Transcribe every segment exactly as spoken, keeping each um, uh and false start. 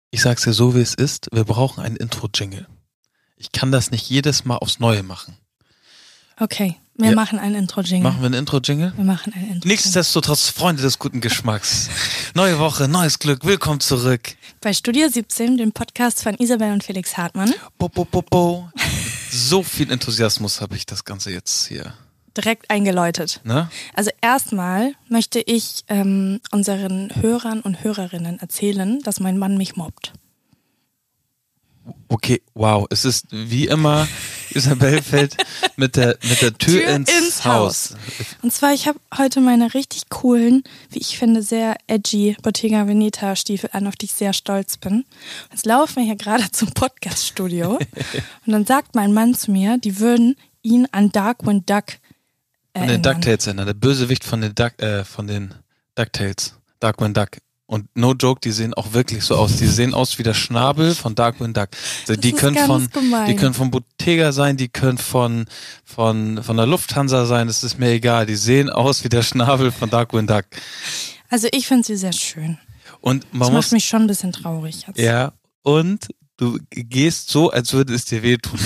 Ich sag's dir so, wie es ist, wir brauchen einen Intro-Jingle. Ich kann das nicht jedes Mal aufs Neue machen. Okay, wir ja. machen einen Intro-Jingle. Machen wir einen Intro-Jingle? Wir machen einen Intro-Jingle. Nichtsdestotrotz, Freunde des guten Geschmacks. Neue Woche, neues Glück, willkommen zurück. Bei Studio siebzehn, dem Podcast von Isabel und Felix Hartmann. Bo, bo, bo, bo. So viel Enthusiasmus habe ich das Ganze jetzt hier. Direkt eingeläutet. Ne? Also erstmal möchte ich ähm, unseren Hörern und Hörerinnen erzählen, dass mein Mann mich mobbt. Okay, wow. Es ist wie immer, Isabel fällt mit der, mit der Tür, Tür ins, ins Haus. Haus. Und zwar, ich habe heute meine richtig coolen, wie ich finde, sehr edgy Bottega Veneta Stiefel an, auf die ich sehr stolz bin. Jetzt laufen wir hier gerade zum Podcast-Studio und dann sagt mein Mann zu mir, die würden ihn an Darkwing Duck Von den DuckTales erinnern, der Bösewicht von den, Duck, äh, von den DuckTales, Darkwing Duck. Und no joke, die sehen auch wirklich so aus. Die sehen aus wie der Schnabel von Darkwing Duck. Also die können von, gemein. die können von Bottega sein, die können von, von, von der Lufthansa sein, das ist mir egal. Die sehen aus wie der Schnabel von Darkwing Duck. Also ich finde sie sehr schön. Und man das muss, macht mich schon ein bisschen traurig jetzt. Ja, und du gehst so, als würde es dir wehtun.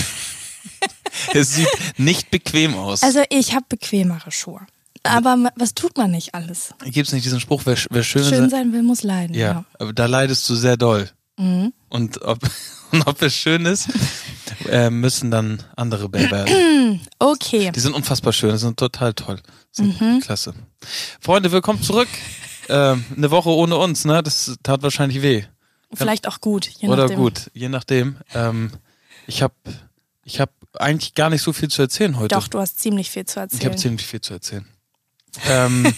Es sieht nicht bequem aus. Also ich habe bequemere Schuhe. Aber was tut man nicht alles? Gibt's nicht diesen Spruch, wer, wer schön, schön sein will, muss leiden. Ja, ja, aber da leidest du sehr doll. Mhm. Und ob, und ob es schön ist, äh, müssen dann andere werden. Okay. Die sind unfassbar schön, die sind total toll. Sind mhm. klasse. Freunde, willkommen zurück. Äh, eine Woche ohne uns, ne? Das tat wahrscheinlich weh. Vielleicht auch gut, je Oder nachdem. gut, je nachdem. Ähm, ich habe ich hab eigentlich gar nicht so viel zu erzählen heute. Doch, du hast ziemlich viel zu erzählen. Ich habe ziemlich viel zu erzählen. ähm,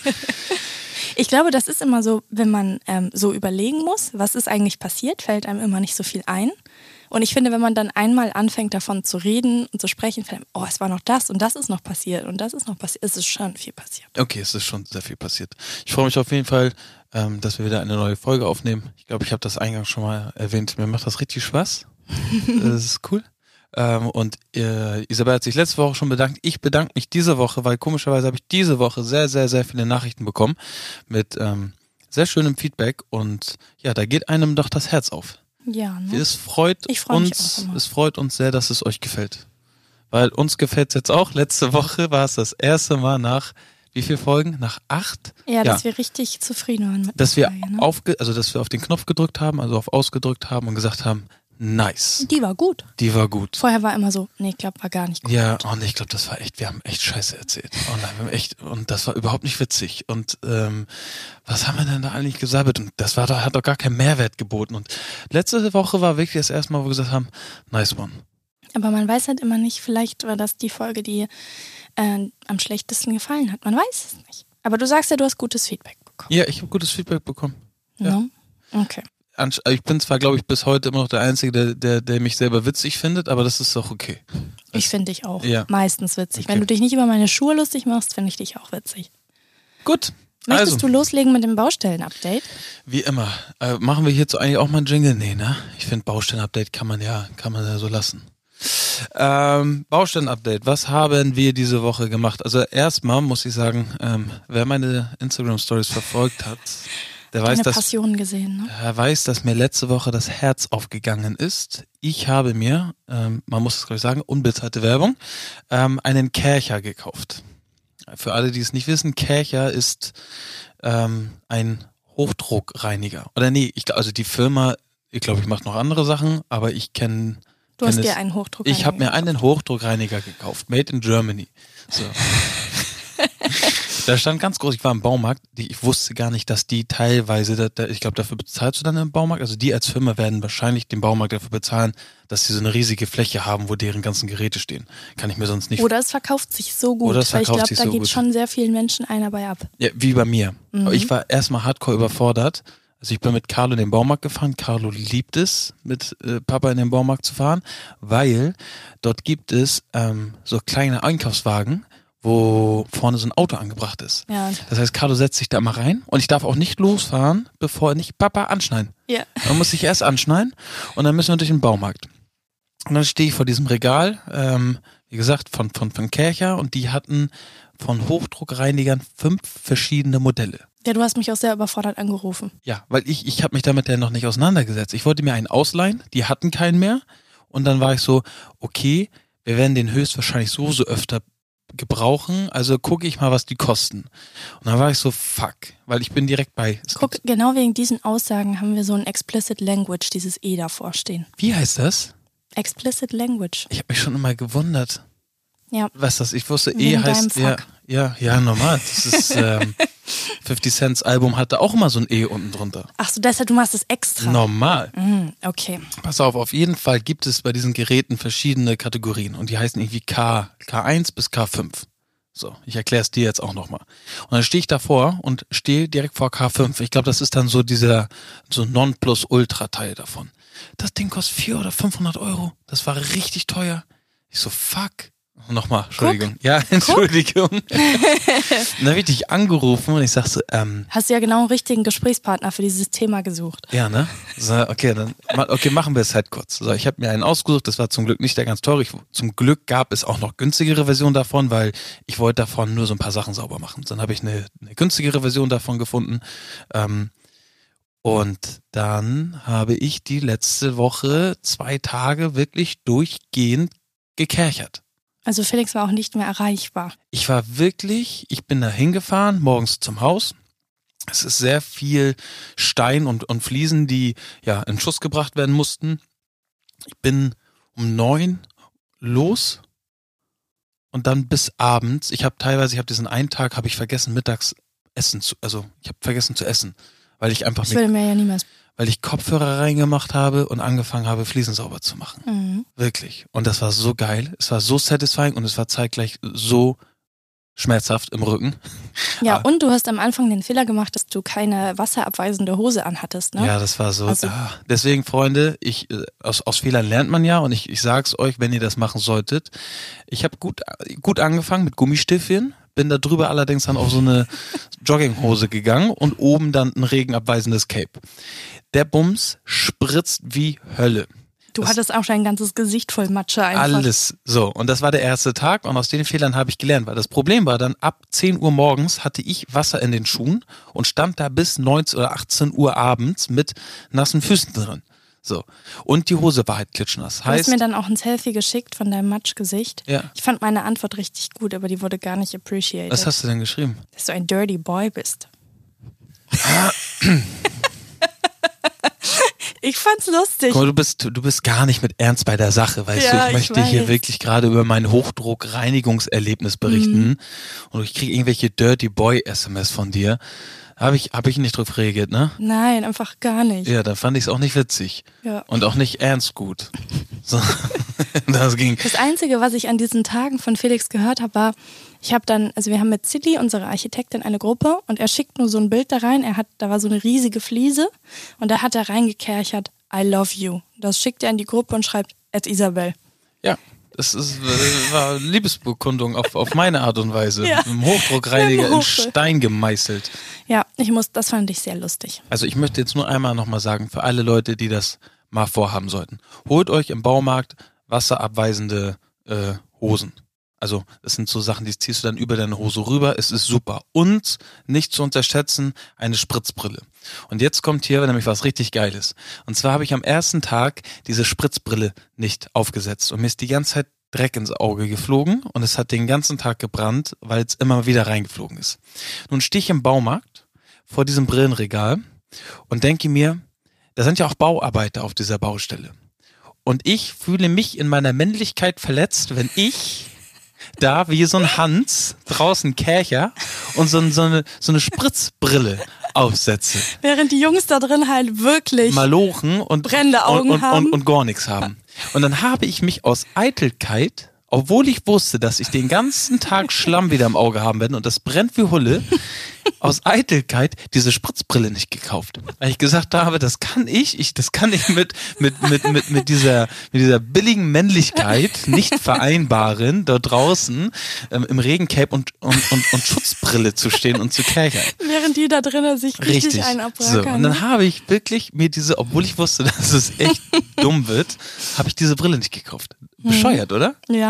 ich glaube, das ist immer so, wenn man ähm, so überlegen muss, was ist eigentlich passiert, fällt einem immer nicht so viel ein. Und ich finde, wenn man dann einmal anfängt davon zu reden und zu sprechen, fällt einem, oh, es war noch das und das ist noch passiert und das ist noch passiert. Es ist schon viel passiert. Okay, es ist schon sehr viel passiert. Ich freue mich auf jeden Fall, ähm, dass wir wieder eine neue Folge aufnehmen. Ich glaube, ich habe das eingangs schon mal erwähnt. Mir macht das richtig Spaß. Das ist cool. Ähm, und äh, Isabel hat sich letzte Woche schon bedankt. Ich bedanke mich diese Woche, weil komischerweise habe ich diese Woche sehr, sehr, sehr viele Nachrichten bekommen mit ähm, sehr schönem Feedback und ja, da geht einem doch das Herz auf. Ja, ne? Es freut ich freu uns, mich auch immer. Es freut uns sehr, dass es euch gefällt. Weil uns gefällt es jetzt auch. Letzte Woche war es das erste Mal nach wie viele Folgen? Nach acht? Ja, ja. dass wir richtig zufrieden waren mit dass wir Frage, ne? aufge, also dass wir auf den Knopf gedrückt haben, also auf ausgedrückt haben und gesagt haben, nice. Die war gut. Die war gut. Vorher war immer so, nee, ich glaube, war gar nicht gut. Ja, oh nee, ich glaube, das war echt, wir haben echt Scheiße erzählt. Oh nein, wir haben echt, und das war überhaupt nicht witzig. Und ähm, was haben wir denn da eigentlich gesabbelt? Und das war doch, hat doch gar keinen Mehrwert geboten. Und letzte Woche war wirklich das erste Mal, wo wir gesagt haben, nice one. Aber man weiß halt immer nicht, vielleicht war das die Folge, die äh, am schlechtesten gefallen hat. Man weiß es nicht. Aber du sagst ja, du hast gutes Feedback bekommen. Ja, ich habe gutes Feedback bekommen. Ja. No? Okay. Ich bin zwar, glaube ich, bis heute immer noch der Einzige, der, der, der mich selber witzig findet, aber das ist doch okay. Das ich finde dich auch ja. meistens witzig. Okay. Wenn du dich nicht über meine Schuhe lustig machst, finde ich dich auch witzig. Gut. Möchtest also. du loslegen mit dem Baustellen-Update? Wie immer. Äh, machen wir hierzu eigentlich auch mal einen Jingle? Nee, ne? Ich finde, Baustellen-Update kann man ja, kann man ja so lassen. Ähm, Baustellen-Update. Was haben wir diese Woche gemacht? Also erstmal muss ich sagen, ähm, wer meine Instagram-Stories verfolgt hat, der weiß, dass, Passion gesehen, ne? er weiß, dass mir letzte Woche das Herz aufgegangen ist. Ich habe mir, ähm, man muss es gleich sagen, unbezahlte Werbung, ähm, einen Kärcher gekauft. Für alle, die es nicht wissen, Kärcher ist ähm, ein Hochdruckreiniger. Oder nee, ich, also die Firma, ich glaube, ich mache noch andere Sachen, aber ich kenne... Du hast dir einen Hochdruckreiniger Ich habe mir einen Hochdruckreiniger gekauft, made in Germany. So. Da stand ganz groß, ich war im Baumarkt, die, ich wusste gar nicht, dass die teilweise, da, da, ich glaube, dafür bezahlst du dann im Baumarkt, also die als Firma werden wahrscheinlich den Baumarkt dafür bezahlen, dass sie so eine riesige Fläche haben, wo deren ganzen Geräte stehen. Kann ich mir sonst nicht... Oder es verkauft sich so gut, Oder es weil ich verkauft glaube, sich da so geht gut. schon sehr vielen Menschen einer bei ab. Ja, wie bei mir. Mhm. Ich war erstmal hardcore überfordert. Also ich bin mit Carlo in den Baumarkt gefahren. Carlo liebt es, mit äh, Papa in den Baumarkt zu fahren, weil dort gibt es ähm, so kleine Einkaufswagen, wo vorne so ein Auto angebracht ist. Ja. Das heißt, Carlo setzt sich da mal rein und ich darf auch nicht losfahren, bevor er nicht Papa anschneiden. Ja. Man muss sich erst anschneiden und dann müssen wir durch den Baumarkt. Und dann stehe ich vor diesem Regal, ähm, wie gesagt, von, von, von Kärcher und die hatten von Hochdruckreinigern fünf verschiedene Modelle. Ja, du hast mich auch sehr überfordert angerufen. Ja, weil ich, ich habe mich damit ja noch nicht auseinandergesetzt. Ich wollte mir einen ausleihen, die hatten keinen mehr. Und dann war ich so, okay, wir werden den höchstwahrscheinlich so, so öfter gebrauchen, also gucke ich mal, was die kosten. Und dann war ich so, fuck, weil ich bin direkt bei. Guck, genau wegen diesen Aussagen haben wir so ein Explicit Language, dieses E davor stehen. Wie heißt das? Explicit Language. Ich habe mich schon immer gewundert. Ja. Was das? Ich wusste, wegen E heißt, ja, ja, ja, normal. Das ist, ähm, fifty Cent's Album hatte auch immer so ein E unten drunter. Ach so, deshalb, du machst es extra. Normal. Mm, okay. Pass auf, auf jeden Fall gibt es bei diesen Geräten verschiedene Kategorien und die heißen irgendwie K, K eins bis K fünf. So, ich erkläre es dir jetzt auch nochmal. Und dann stehe ich davor und stehe direkt vor K fünf. Ich glaube, das ist dann so dieser, so Non-Plus-Ultra-Teil davon. Das Ding kostet vierhundert oder fünfhundert Euro. Das war richtig teuer. Ich so, fuck. Nochmal, Entschuldigung. Guck. Ja, Entschuldigung. Dann habe ich dich angerufen und ich sag so, ähm. Hast du ja genau einen richtigen Gesprächspartner für dieses Thema gesucht. Ja, ne? So, okay, dann, okay, machen wir es halt kurz. So, ich habe mir einen ausgesucht, das war zum Glück nicht der ganz teure. Ich, zum Glück gab es auch noch günstigere Versionen davon, weil ich wollte davon nur so ein paar Sachen sauber machen. Dann habe ich eine, eine günstigere Version davon gefunden. Ähm, und dann habe ich die letzte Woche zwei Tage wirklich durchgehend gekerchert. Also Felix war auch nicht mehr erreichbar. Ich war wirklich, ich bin da hingefahren, morgens zum Haus. Es ist sehr viel Stein und, und Fliesen, die ja in Schuss gebracht werden mussten. Ich bin um neun los und dann bis abends. Ich habe teilweise, ich habe diesen einen Tag, habe ich vergessen mittags essen zu, also ich habe vergessen zu essen, weil ich einfach, ich würde mir ja niemals weil ich Kopfhörer reingemacht habe und angefangen habe, Fliesen sauber zu machen. Mhm. Wirklich. Und das war so geil. Es war so satisfying und es war zeitgleich so schmerzhaft im Rücken. Ja, Aber, und du hast am Anfang den Fehler gemacht, dass du keine wasserabweisende Hose anhattest, ne? Ja, das war so. Also, ah. Deswegen, Freunde, ich aus, aus Fehlern lernt man ja und ich, ich sag's euch, wenn ihr das machen solltet. Ich habe gut, gut angefangen mit Gummistiefeln. Bin da drüber allerdings dann auf so eine Jogginghose gegangen und oben dann ein regenabweisendes Cape. Der Bums spritzt wie Hölle. Du das hattest auch schon ein ganzes Gesicht voll Matsche einfach. Alles so. Und das war der erste Tag und aus den Fehlern habe ich gelernt, weil das Problem war dann, ab zehn Uhr morgens hatte ich Wasser in den Schuhen und stand da bis neunzehn oder achtzehn Uhr abends mit nassen Füßen drin. So. Und die Hose war halt klitschnass. Du heißt, hast mir dann auch ein Selfie geschickt von deinem Matschgesicht. Ja. Ich fand meine Antwort richtig gut, aber die wurde gar nicht appreciated. Was hast du denn geschrieben? Dass du ein Dirty Boy bist. Ich fand's lustig. Guck mal, du bist, du bist gar nicht mit Ernst bei der Sache, weißt ja, du, ich möchte ich hier wirklich gerade über mein Hochdruck-Reinigungserlebnis berichten mhm. und ich kriege irgendwelche Dirty Boy-S M S von dir. Habe ich, hab ich nicht drauf reagiert, ne? Nein, einfach gar nicht. Ja, dann fand ich es auch nicht witzig. Ja. Und auch nicht ernst gut. So. Das ging. Das Einzige, was ich an diesen Tagen von Felix gehört habe, war, ich habe dann, also wir haben mit Silly, unserer Architektin, eine Gruppe und er schickt nur so ein Bild da rein. Er hat, da war so eine riesige Fliese und da hat er reingekerchert, I love you. Das schickt er in die Gruppe und schreibt, at Isabel. Ja. Das ist, war Liebesbekundung auf, auf meine Art und Weise. Ja. Im Hochdruckreiniger in Stein gemeißelt. Ja, ich muss, das fand ich sehr lustig. Also ich möchte jetzt nur einmal nochmal sagen, für alle Leute, die das mal vorhaben sollten. Holt euch im Baumarkt wasserabweisende äh, Hosen. Also das sind so Sachen, die ziehst du dann über deine Hose rüber. Es ist super. Und nicht zu unterschätzen, eine Spritzbrille. Und jetzt kommt hier nämlich was richtig Geiles. Und zwar habe ich am ersten Tag diese Spritzbrille nicht aufgesetzt. Und mir ist die ganze Zeit Dreck ins Auge geflogen. Und es hat den ganzen Tag gebrannt, weil es immer wieder reingeflogen ist. Nun stehe ich im Baumarkt vor diesem Brillenregal und denke mir, da sind ja auch Bauarbeiter auf dieser Baustelle. Und ich fühle mich in meiner Männlichkeit verletzt, wenn ich da wie so ein Hans draußen Kercher und so, so, eine, so eine Spritzbrille aufsetze. Während die Jungs da drin halt wirklich Malochen und brennende Augen und, und, haben. Und, und gar nichts haben. Und dann habe ich mich aus Eitelkeit, obwohl ich wusste, dass ich den ganzen Tag Schlamm wieder im Auge haben werde und das brennt wie Hulle, aus Eitelkeit diese Spritzbrille nicht gekauft. Weil ich gesagt habe, das kann ich, ich das kann ich mit mit mit mit mit dieser mit dieser billigen Männlichkeit nicht vereinbaren, dort draußen ähm, im Regencape und und und und Schutzbrille zu stehen und zu kerchern. Während die da drinnen sich richtig, richtig. einen abrackern. So, und dann habe ich wirklich mir diese, obwohl ich wusste, dass es echt dumm wird, habe ich diese Brille nicht gekauft. Bescheuert, mhm. oder? Ja.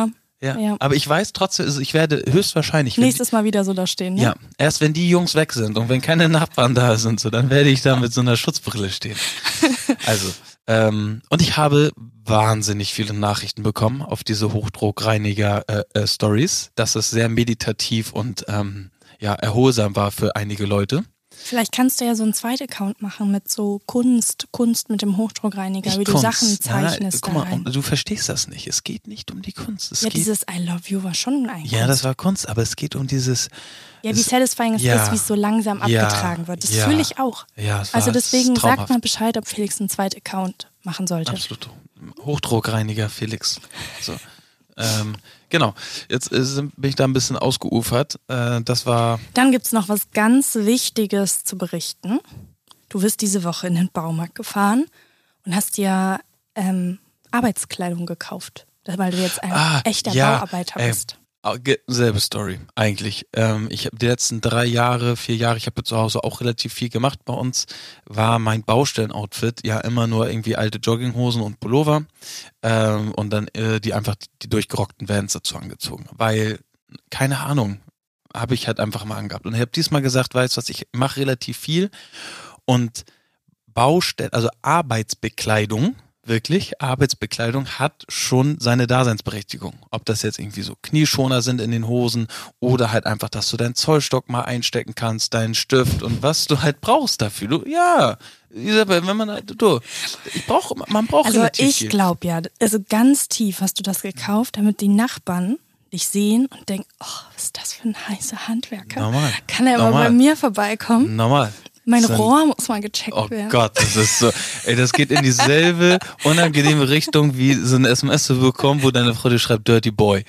Ja. Ja. Aber ich weiß trotzdem, also ich werde höchstwahrscheinlich... wenn Nächstes Mal wieder so da stehen, ne? Ja, erst wenn die Jungs weg sind und wenn keine Nachbarn da sind, so, dann werde ich da mit so einer Schutzbrille stehen. Also, ähm, und ich habe wahnsinnig viele Nachrichten bekommen auf diese Hochdruckreiniger-Stories, äh, äh, dass es sehr meditativ und ähm, ja, erholsam war für einige Leute. Vielleicht kannst du ja so einen zweiten Account machen mit so Kunst, Kunst mit dem Hochdruckreiniger, Nicht wie du Kunst. Sachen zeichnest. Ja, guck da mal, rein. du verstehst das nicht. Es geht nicht um die Kunst. Es Ja, geht, dieses I love you war schon ein ja, Kunst. das war Kunst, aber es geht um dieses... Ja, wie es, satisfying es ja, ist, wie es so langsam ja, abgetragen wird. Das ja, fühle ich auch. Ja, es war Also deswegen traumhaft. sagt mal Bescheid, ob Felix einen zweiten Account machen sollte. Absolut. Hochdruckreiniger Felix. So. Ähm, genau. Jetzt äh, sind, bin ich da ein bisschen ausgeufert. Äh, das war... Dann gibt es noch was ganz Wichtiges zu berichten. Du bist diese Woche in den Baumarkt gefahren und hast dir ähm, Arbeitskleidung gekauft, weil du jetzt ein Ah, echter ja, Bauarbeiter ey. bist. Selbe Story, eigentlich. Ähm, ich habe die letzten drei Jahre, vier Jahre, ich habe zu Hause auch relativ viel gemacht bei uns, war mein Baustellenoutfit ja immer nur irgendwie alte Jogginghosen und Pullover ähm, und dann äh, die einfach die durchgerockten Vans dazu angezogen. Weil, keine Ahnung, habe ich halt einfach mal angehabt. Und ich habe diesmal gesagt, weißt du was, ich mache relativ viel und Baustellen, also Arbeitsbekleidung, wirklich, Arbeitsbekleidung hat schon seine Daseinsberechtigung. Ob das jetzt irgendwie so Knieschoner sind in den Hosen oder halt einfach, dass du deinen Zollstock mal einstecken kannst, deinen Stift und was du halt brauchst dafür. Du, ja, Isabel, wenn man halt, du, ich brauche, man braucht Also relativ ich viel. glaube ja, also ganz tief hast du das gekauft, damit die Nachbarn dich sehen und denken, oh, was ist das für ein heißer Handwerker? Normal. Kann er immer Normal. bei mir vorbeikommen? Normal. Mein So ein- Rohr muss mal gecheckt Oh werden. Gott, das ist so, ey, das geht in dieselbe unangenehme Richtung, wie so eine S M S zu bekommen, wo deine Frau dir schreibt, Dirty Boy.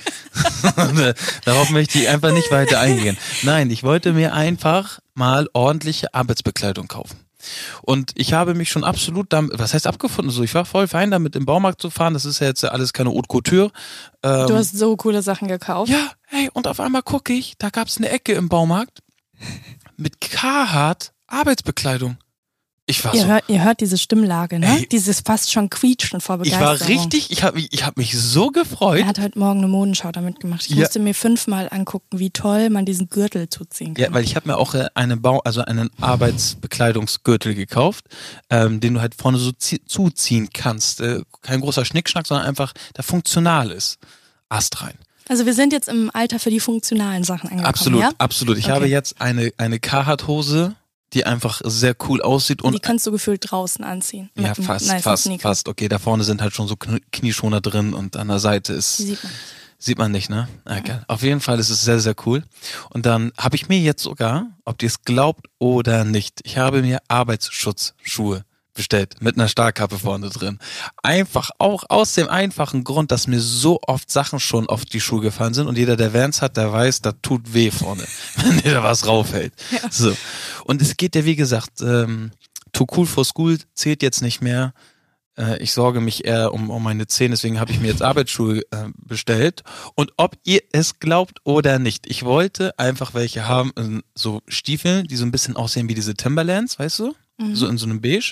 Darauf möchte ich einfach nicht weiter eingehen. Nein, ich wollte mir einfach mal ordentliche Arbeitsbekleidung kaufen. Und ich habe mich schon absolut damit, was heißt abgefunden? So, ich war voll fein damit im Baumarkt zu fahren, das ist ja jetzt alles keine Haute Couture. Ähm, Du hast so coole Sachen gekauft. ja, hey, und auf einmal gucke ich, da gab's eine Ecke im Baumarkt mit Carhartt Arbeitsbekleidung. Ich war Ihr, so, hört, ihr hört diese Stimmlage, ne? Ey. Dieses fast schon Quietschen vor ich Begeisterung. war richtig, ich habe ich hab mich so gefreut. Er hat heute Morgen eine Modenschau damit gemacht. Ich Ja. musste mir fünfmal angucken, wie toll man diesen Gürtel zuziehen kann. Ja, weil ich habe mir auch äh, einen Bau, also einen Arbeitsbekleidungsgürtel gekauft, ähm, den du halt vorne so zie- zuziehen kannst. Äh, kein großer Schnickschnack, sondern einfach, der funktional ist. Astrein. Also wir sind jetzt im Alter für die funktionalen Sachen angekommen, Absolut, ja? absolut. Ich Okay. habe jetzt eine, eine Carhartt-Hose, die einfach sehr cool aussieht Und und die kannst du gefühlt draußen anziehen. ja, Mit einem fast, nicen fast, Sneaker. fast. Okay, da vorne sind halt schon so Kn- Knieschoner drin und an der Seite ist, Die sieht man. sieht man nicht, ne? Ja, geil. Auf jeden Fall ist es sehr, sehr cool. Und dann habe ich mir jetzt sogar, ob ihr es glaubt oder nicht, ich habe mir Arbeitsschutzschuhe bestellt mit einer Stahlkappe vorne drin. Einfach auch aus dem einfachen Grund, dass mir so oft Sachen schon auf die Schuhe gefallen sind und jeder, der Vans hat, der weiß, da tut weh vorne, wenn dir da was raufhält. Ja. So. Und es geht ja, wie gesagt, ähm, Too Cool for School zählt jetzt nicht mehr. Äh, ich sorge mich eher um, um meine Zähne, deswegen habe ich mir jetzt Arbeitsschuhe äh, bestellt. Und ob ihr es glaubt oder nicht, ich wollte einfach welche haben, äh, so Stiefel, die so ein bisschen aussehen wie diese Timberlands, weißt du? Mhm. So in so einem Beige.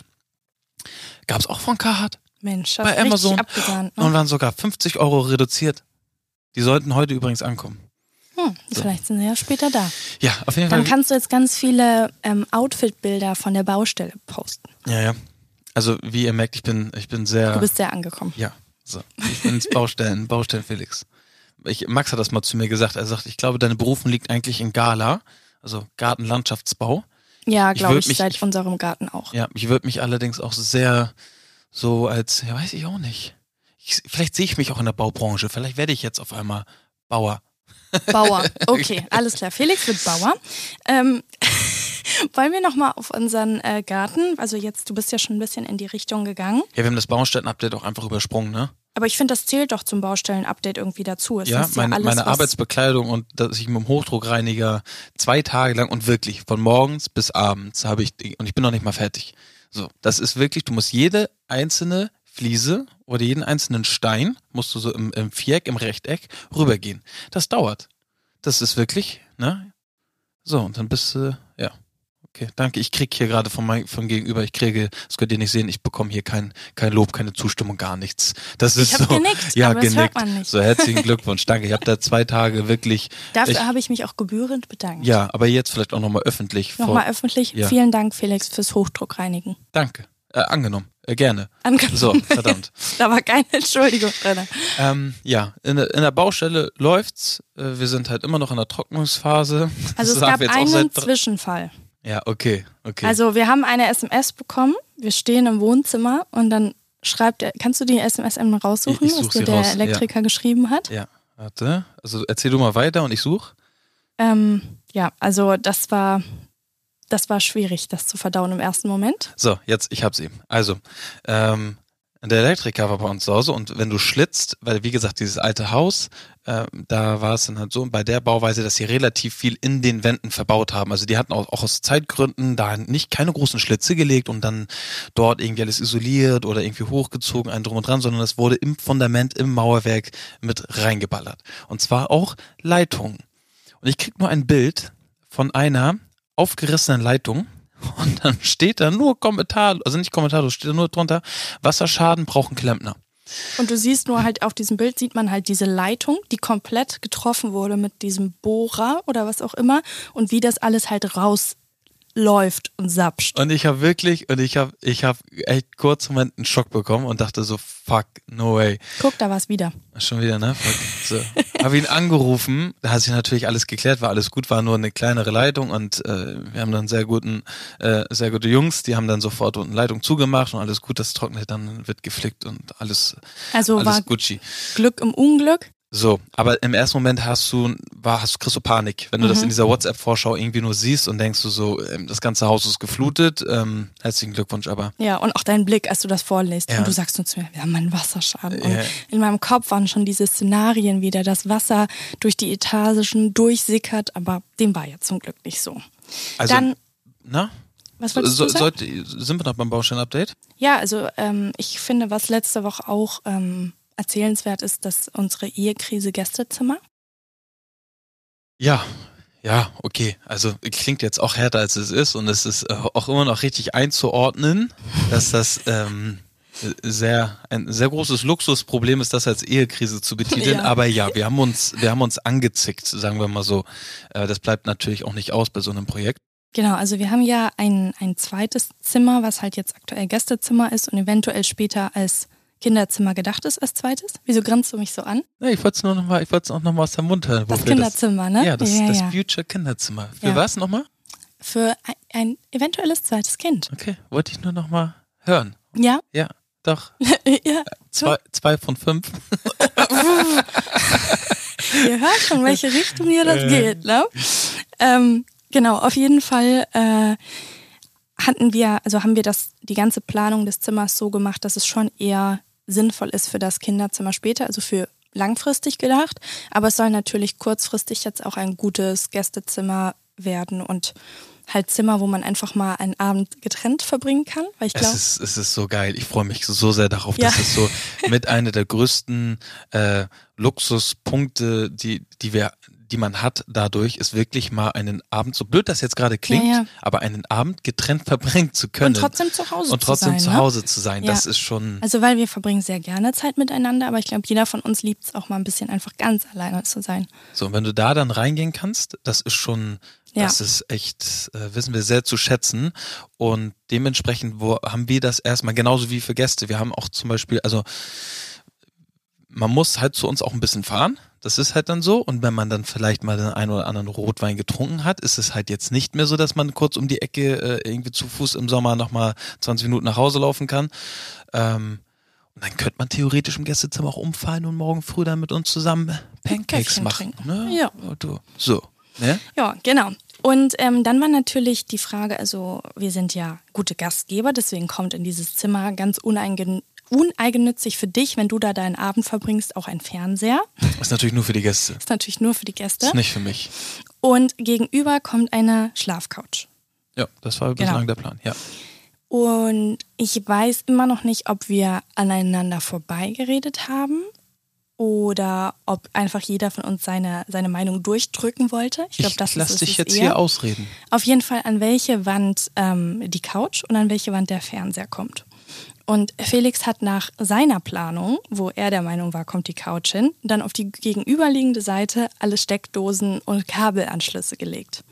Gab's auch von Carhartt Mensch, bei hast richtig Amazon abgesahnt. Ne? und waren sogar fünfzig Euro reduziert. Die sollten heute übrigens ankommen. Hm, vielleicht sind sie ja später da. Ja, auf jeden Dann Fall. kannst du jetzt ganz viele ähm, Outfit-Bilder von der Baustelle posten. Ja, ja. Also wie ihr merkt, ich bin, ich bin sehr. Du bist sehr angekommen. Ja, so. Ich bin ins Baustellen, Baustellen Felix. Ich, Max hat das mal zu mir gesagt. Er sagt, ich glaube, deine Berufung liegt eigentlich in Gala, also Gartenlandschaftsbau. Ja, Ich glaube würd ich, mich- seit ich- unserem Garten auch. Ja, ich würde mich allerdings auch sehr so als, ja, weiß ich auch nicht. Ich, vielleicht sehe ich mich auch in der Baubranche. Vielleicht werde ich jetzt auf einmal Bauer. Bauer. Okay, alles klar. Felix wird Bauer. Ähm, wollen wir nochmal auf unseren äh, Garten, also jetzt, du bist ja schon ein bisschen in die Richtung gegangen, Ja, wir haben das Baustellenupdate auch einfach übersprungen, ne? aber ich finde, das zählt doch zum Baustellen-Update irgendwie dazu. Es Ja, ist meine, alles, meine was- Arbeitsbekleidung und dass ich mit dem Hochdruckreiniger zwei Tage lang und wirklich von morgens bis abends habe ich, die, und ich bin noch nicht mal fertig. So, das ist wirklich, du musst jede einzelne Fliese oder jeden einzelnen Stein, musst du so im, im Viereck, im Rechteck rübergehen. Das dauert. Das ist wirklich, ne? So, und dann bist du, ja, Okay, danke. Ich kriege hier gerade von mein, von gegenüber, ich kriege, das könnt ihr nicht sehen, ich bekomme hier kein, kein Lob, keine Zustimmung, gar nichts. Das ist ich habe so, genickt, ja, aber genickt. das hört man nicht. So, herzlichen Glückwunsch, danke. Ich habe da zwei Tage wirklich. Dafür habe ich mich auch gebührend bedankt. Ja, aber jetzt vielleicht auch nochmal öffentlich. Nochmal öffentlich. Ja. Vielen Dank, Felix, fürs Hochdruckreinigen. Danke. Äh, angenommen. Äh, gerne. Angenommen. So, verdammt. Da war keine Entschuldigung drin. Ähm, ja, in, der- in der Baustelle läuft's. Äh, wir sind halt immer noch in der Trocknungsphase. Also Das es sagen gab wir jetzt auch einen seit- Zwischenfall. Ja, okay, okay. Also wir haben eine S M S bekommen, wir stehen im Wohnzimmer und dann schreibt er, kannst du die S M S einmal raussuchen, Ich- ich such was dir sie der raus, ja. Elektriker geschrieben hat? Ja, warte. Also erzähl du mal weiter und ich suche. Ähm, ja, also das war, das war schwierig, das zu verdauen im ersten Moment. So, jetzt, ich hab's eben. Also, ähm, der Elektriker war bei uns zu Hause und wenn du schlitzt, weil wie gesagt, dieses alte Haus, äh, da war es dann halt so, bei der Bauweise, dass sie relativ viel in den Wänden verbaut haben. Also die hatten auch, auch aus Zeitgründen da nicht keine großen Schlitze gelegt und dann dort irgendwie alles isoliert oder irgendwie hochgezogen, ein drum und dran, sondern es wurde im Fundament, im Mauerwerk mit reingeballert. Und zwar auch Leitungen. Und ich krieg nur ein Bild von einer aufgerissenen Leitung. Und dann steht da nur Kommentar, also nicht Kommentar, steht da nur drunter, Wasserschaden brauchen Klempner. Und du siehst nur halt auf diesem Bild, sieht man halt diese Leitung, die komplett getroffen wurde mit diesem Bohrer oder was auch immer und wie das alles halt rausläuft und sapscht. Und ich habe wirklich, und ich habe ich hab echt kurz einen Moment einen Schock bekommen und dachte so, fuck, no way. Guck, da war's wieder. Schon wieder, ne? Fuck. So. Habe ihn angerufen, da hat sich natürlich alles geklärt, war alles gut, war nur eine kleinere Leitung und äh, wir haben dann sehr guten, äh, sehr gute Jungs, die haben dann sofort unten Leitung zugemacht und alles gut, das trocknet, dann wird geflickt und alles, Also alles war Gucci. Glück im Unglück. So, aber im ersten Moment hast du, war, hast, kriegst du Panik, wenn du Mhm. das in dieser WhatsApp-Vorschau irgendwie nur siehst und denkst du so, ähm, das ganze Haus ist geflutet, ähm, herzlichen Glückwunsch, aber Ja, und auch dein Blick, als du das vorliest. Ja. Und du sagst nur zu mir, wir haben einen Wasserschaden. Und Ja. in meinem Kopf waren schon diese Szenarien wieder, das Wasser durch die Etagen durchsickert, aber dem war ja zum Glück nicht so. also, Dann, na? was So, wolltest so, du sagen? sollte, sind wir noch beim Baustein-Update? Ja, also ähm, ich finde, was letzte Woche auch ähm, erzählenswert ist, dass unsere Ehekrise Gästezimmer. Ja, ja, okay. Also klingt jetzt auch härter, als es ist und es ist äh, auch immer noch richtig einzuordnen, dass das ähm, sehr ein sehr großes Luxusproblem ist, das als Ehekrise zu betiteln. Ja. Aber ja, wir haben uns wir haben uns angezickt, sagen wir mal so. Äh, das bleibt natürlich auch nicht aus bei so einem Projekt. Genau, also wir haben ja ein, ein zweites Zimmer, was halt jetzt aktuell Gästezimmer ist und eventuell später als Kinderzimmer gedacht ist als zweites. Wieso grinst du mich so an? Ja, ich wollte es nur noch mal, ich wollte es auch noch mal aus dem Mund hören. Das wofür Kinderzimmer, ne? Ja, das, ja, das ja. Future Kinderzimmer. Für Ja. was nochmal? Für ein, ein eventuelles zweites Kind. Okay, wollte ich nur noch mal hören. Ja? Ja, doch. Ja. Zwei, zwei von fünf. Ihr hört schon, welche Richtung hier das Äh. geht, ne? Ähm, genau, auf jeden Fall äh, hatten wir, also haben wir das, die ganze Planung des Zimmers so gemacht, dass es schon eher sinnvoll ist für das Kinderzimmer später, also für langfristig gedacht. Aber es soll natürlich kurzfristig jetzt auch ein gutes Gästezimmer werden und halt Zimmer, wo man einfach mal einen Abend getrennt verbringen kann. Weil ich Es glaube, ist, es ist so geil. Ich freue mich so sehr darauf. Ja. Das ist so mit einer der größten äh, Luxuspunkte, die, die wir, die man hat dadurch, ist wirklich mal einen Abend, so blöd das jetzt gerade klingt, Ja, ja. aber einen Abend getrennt verbringen zu können. und trotzdem zu Hause Und trotzdem zu zu sein. Hause zu sein. Ja. Das ist schon. Also weil wir verbringen sehr gerne Zeit miteinander, aber ich glaube, jeder von uns liebt es auch mal ein bisschen einfach ganz alleine zu sein. So, und wenn du da dann reingehen kannst, das ist schon, Ja. das ist echt, äh, wissen wir sehr zu schätzen. Und dementsprechend wo haben wir das erstmal genauso wie für Gäste. Wir haben auch zum Beispiel, also man muss halt zu uns auch ein bisschen fahren. Das ist halt dann so. Und wenn man dann vielleicht mal den einen oder anderen Rotwein getrunken hat, ist es halt jetzt nicht mehr so, dass man kurz um die Ecke äh, irgendwie zu Fuß im Sommer nochmal zwanzig Minuten nach Hause laufen kann. Ähm, und dann könnte man theoretisch im Gästezimmer auch umfallen und morgen früh dann mit uns zusammen Pancakes Käffchen machen. trinken. Ne? Ja. Du. So. Ne? Ja, genau. Und ähm, dann war natürlich die Frage, also wir sind ja gute Gastgeber, deswegen kommt in dieses Zimmer ganz uneigen, uneigennützig für dich, wenn du da deinen Abend verbringst, auch ein Fernseher. Ist natürlich nur für die Gäste. Ist natürlich nur für die Gäste. Ist nicht für mich. Und gegenüber kommt eine Schlafcouch. Ja, das war Genau. bislang der Plan. Ja. Und ich weiß immer noch nicht, ob wir aneinander vorbeigeredet haben oder ob einfach jeder von uns seine, seine Meinung durchdrücken wollte. Ich glaube, das ich lass ist es dich jetzt eher. hier ausreden. Auf jeden Fall, an welche Wand ähm, die Couch und an welche Wand der Fernseher kommt. Und Felix hat nach seiner Planung, wo er der Meinung war, kommt die Couch hin, dann auf die gegenüberliegende Seite alle Steckdosen und Kabelanschlüsse gelegt.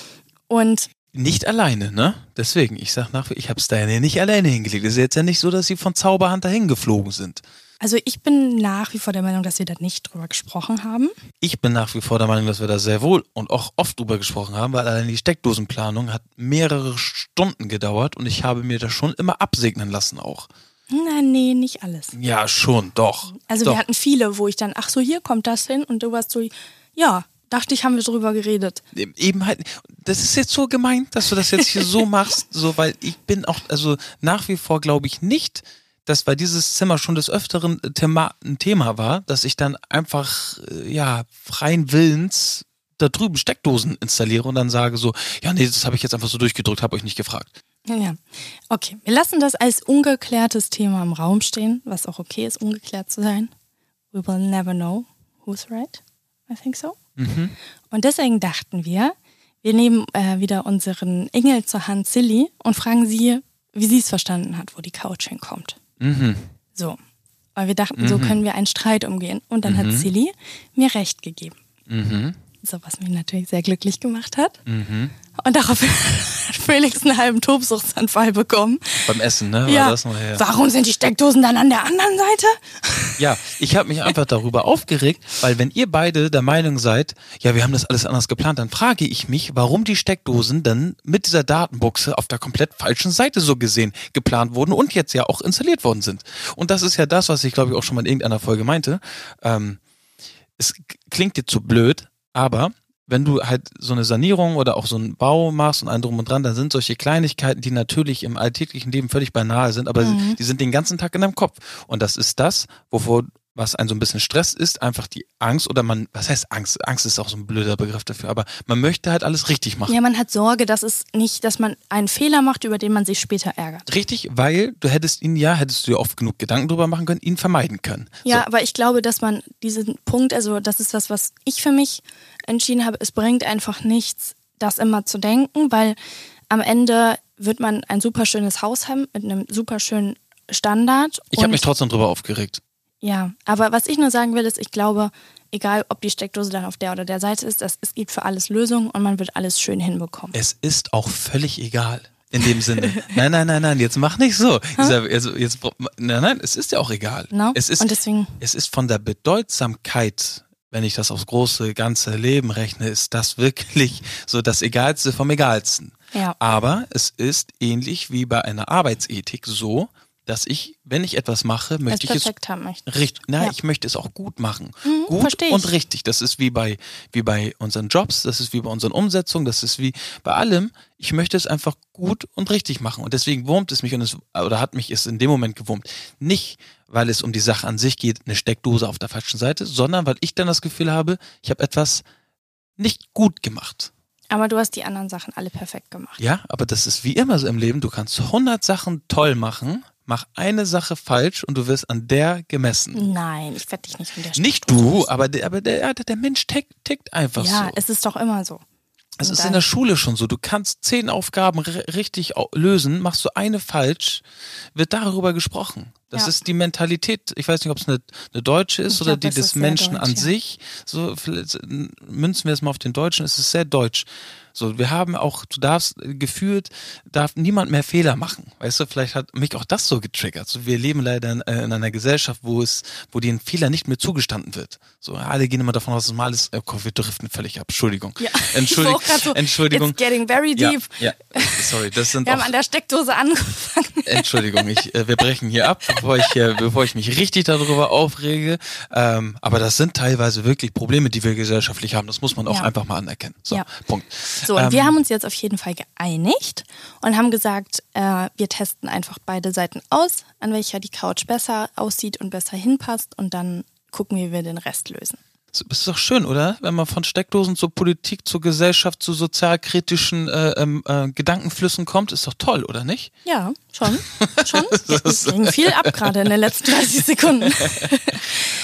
Und nicht alleine, ne? Deswegen, ich sag nach, ich habe es da ja nicht alleine hingelegt. Es ist jetzt ja nicht so, dass sie von Zauberhand dahin geflogen sind. Also ich bin nach wie vor der Meinung, dass wir da nicht drüber gesprochen haben. Ich bin nach wie vor der Meinung, dass wir da sehr wohl und auch oft drüber gesprochen haben, weil allein die Steckdosenplanung hat mehrere Stunden gedauert und ich habe mir das schon immer absegnen lassen auch. Na, nee, nicht alles. Ja, schon, doch. Also doch. wir hatten viele, wo ich dann, ach so, hier kommt das hin und du warst so, ja, dachte ich, haben wir drüber geredet. Eben halt, das ist jetzt so gemein, dass du das jetzt hier so machst, so, weil ich bin auch, also nach wie vor glaube ich nicht, dass weil dieses Zimmer schon des Öfteren Thema, ein Thema war, dass ich dann einfach, ja, freien Willens da drüben Steckdosen installiere und dann sage so, ja, nee, das habe ich jetzt einfach so durchgedrückt, habe euch nicht gefragt. Ja, ja. Okay, wir lassen das als ungeklärtes Thema im Raum stehen, was auch okay ist, ungeklärt zu sein. We will never know who's right. I think so. Mhm. Und deswegen dachten wir, wir nehmen äh, wieder unseren Engel zur Hand, Silly, und fragen sie, wie sie es verstanden hat, wo die Couch hinkommt. Mhm. So, weil wir dachten, Mhm. so können wir einen Streit umgehen. Und dann Mhm. hat Silly mir recht gegeben. Mhm. So, was mich natürlich sehr glücklich gemacht hat. Mhm. Und darauf hat Felix einen halben Tobsuchtsanfall bekommen. Beim Essen, ne? War Ja. das noch her? Warum sind die Steckdosen dann an der anderen Seite? Ja, ich habe mich einfach darüber aufgeregt, weil wenn ihr beide der Meinung seid, ja, wir haben das alles anders geplant, dann frage ich mich, warum die Steckdosen dann mit dieser Datenbuchse auf der komplett falschen Seite so gesehen geplant wurden und jetzt ja auch installiert worden sind. Und das ist ja das, was ich glaube ich auch schon mal in irgendeiner Folge meinte. Ähm, es klingt jetzt zu blöd, aber wenn du halt so eine Sanierung oder auch so einen Bau machst und einen drum und dran, dann sind solche Kleinigkeiten, die natürlich im alltäglichen Leben völlig banal sind, aber Mhm. die sind den ganzen Tag in deinem Kopf. Und das ist das, wovor was einen so ein bisschen stresst, ist einfach die Angst oder man, was heißt Angst? Angst ist auch so ein blöder Begriff dafür, aber man möchte halt alles richtig machen. Ja, man hat Sorge, dass es nicht, dass man einen Fehler macht, über den man sich später ärgert. Richtig, weil du hättest ihn ja, hättest du ja oft genug Gedanken drüber machen können, ihn vermeiden können. Ja, So. aber ich glaube, dass man diesen Punkt, also das ist das, was ich für mich entschieden habe, es bringt einfach nichts, das immer zu denken, weil am Ende wird man ein super schönes Haus haben mit einem super schönen Standard. Ich habe und- mich trotzdem drüber aufgeregt. Ja, aber was ich nur sagen will, ist, ich glaube, egal ob die Steckdose dann auf der oder der Seite ist, das, es gibt für alles Lösungen und man wird alles schön hinbekommen. Es ist auch völlig egal. In dem Sinne. Nein, nein, nein, nein, jetzt mach nicht so. Dieser, also jetzt, nein, nein, es ist ja auch egal. No? Es ist, Und deswegen, es ist von der Bedeutsamkeit, wenn ich das aufs große, ganze Leben rechne, ist das wirklich so das Egalste vom Egalsten. ja. Aber es ist ähnlich wie bei einer Arbeitsethik so, dass ich, wenn ich etwas mache, es möchte ich es perfekt haben möchte. richtig, na, Ja. ich möchte es auch gut machen. Mhm, gut versteh ich. und richtig. Das ist wie bei, wie bei unseren Jobs, das ist wie bei unseren Umsetzungen, das ist wie bei allem. Ich möchte es einfach gut und richtig machen. Und deswegen wurmt es mich und es, oder hat mich es in dem Moment gewurmt. Nicht, weil es um die Sache an sich geht, eine Steckdose auf der falschen Seite, sondern weil ich dann das Gefühl habe, ich habe etwas nicht gut gemacht. Aber du hast die anderen Sachen alle perfekt gemacht. Ja, aber das ist wie immer so im Leben. Du kannst hundert Sachen toll machen, mach eine Sache falsch und du wirst an der gemessen. Nein, ich werde dich nicht in der Nicht Steckdose du, messen. aber der, aber der, der Mensch tickt, tickt einfach Ja, so. es ist doch immer so. Es Und ist dann- in der Schule schon so. Du kannst zehn Aufgaben r- richtig au- lösen, machst du eine falsch, wird darüber gesprochen. Das Ja. ist die Mentalität, ich weiß nicht, ob es eine, eine deutsche ist Ich oder glaub, die es des ist sehr Menschen deutsch, an ja. sich. So, vielleicht münzen wir es mal auf den Deutschen, es ist sehr deutsch. So, wir haben auch, du darfst äh, gefühlt, darf niemand mehr Fehler machen. Weißt du, vielleicht hat mich auch das so getriggert. So, wir leben leider in, äh, in einer Gesellschaft, wo es, wo dir ein Fehler nicht mehr zugestanden wird. So, alle gehen immer davon aus, dass mal alles, oh Gott, wir driften völlig ab. Entschuldigung. Ja, Entschuldigung. ich war auch grad so, Entschuldigung. It's getting very Ja, deep. ja, sorry, das sind Wir haben auch, an der Steckdose angefangen. Entschuldigung, ich, äh, wir brechen hier ab, bevor ich, äh, bevor ich mich richtig darüber aufrege. Ähm, aber das sind teilweise wirklich Probleme, die wir gesellschaftlich haben. Das muss man auch Ja. einfach mal anerkennen. So, Ja. Punkt. So, und Ähm, wir haben uns jetzt auf jeden Fall geeinigt und haben gesagt, äh, wir testen einfach beide Seiten aus, an welcher die Couch besser aussieht und besser hinpasst und dann gucken, wie wir den Rest lösen. Das ist doch schön, oder? Wenn man von Steckdosen zur Politik, zur Gesellschaft, zu sozialkritischen äh, ähm, äh, Gedankenflüssen kommt, ist doch toll, oder nicht? Ja, schon. Schon. Wir kriegen viel ab gerade in den letzten dreißig Sekunden.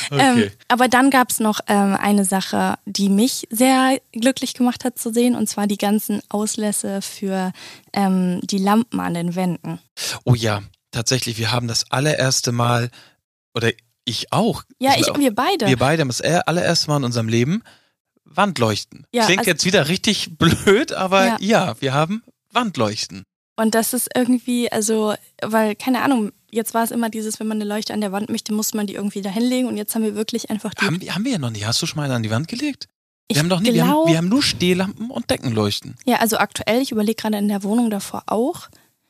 ähm, aber dann gab es noch ähm, eine Sache, die mich sehr glücklich gemacht hat zu sehen, und zwar die ganzen Auslässe für ähm, die Lampen an den Wänden. Oh ja, tatsächlich, wir haben das allererste Mal, oder ich auch. Ja, ich, wir beide. Wir beide haben das allererste Mal in unserem Leben Wandleuchten. Ja, Klingt also, jetzt wieder richtig blöd, aber ja. ja, wir haben Wandleuchten. Und das ist irgendwie, also, weil, keine Ahnung, jetzt war es immer dieses, wenn man eine Leuchte an der Wand möchte, muss man die irgendwie da hinlegen, und jetzt haben wir wirklich einfach die... Haben, haben wir ja noch nie. Hast du schon mal eine an die Wand gelegt? Wir ich haben doch nie, glaub, wir, haben, wir haben nur Stehlampen und Deckenleuchten. Ja, also aktuell, ich überlege gerade in der Wohnung davor auch.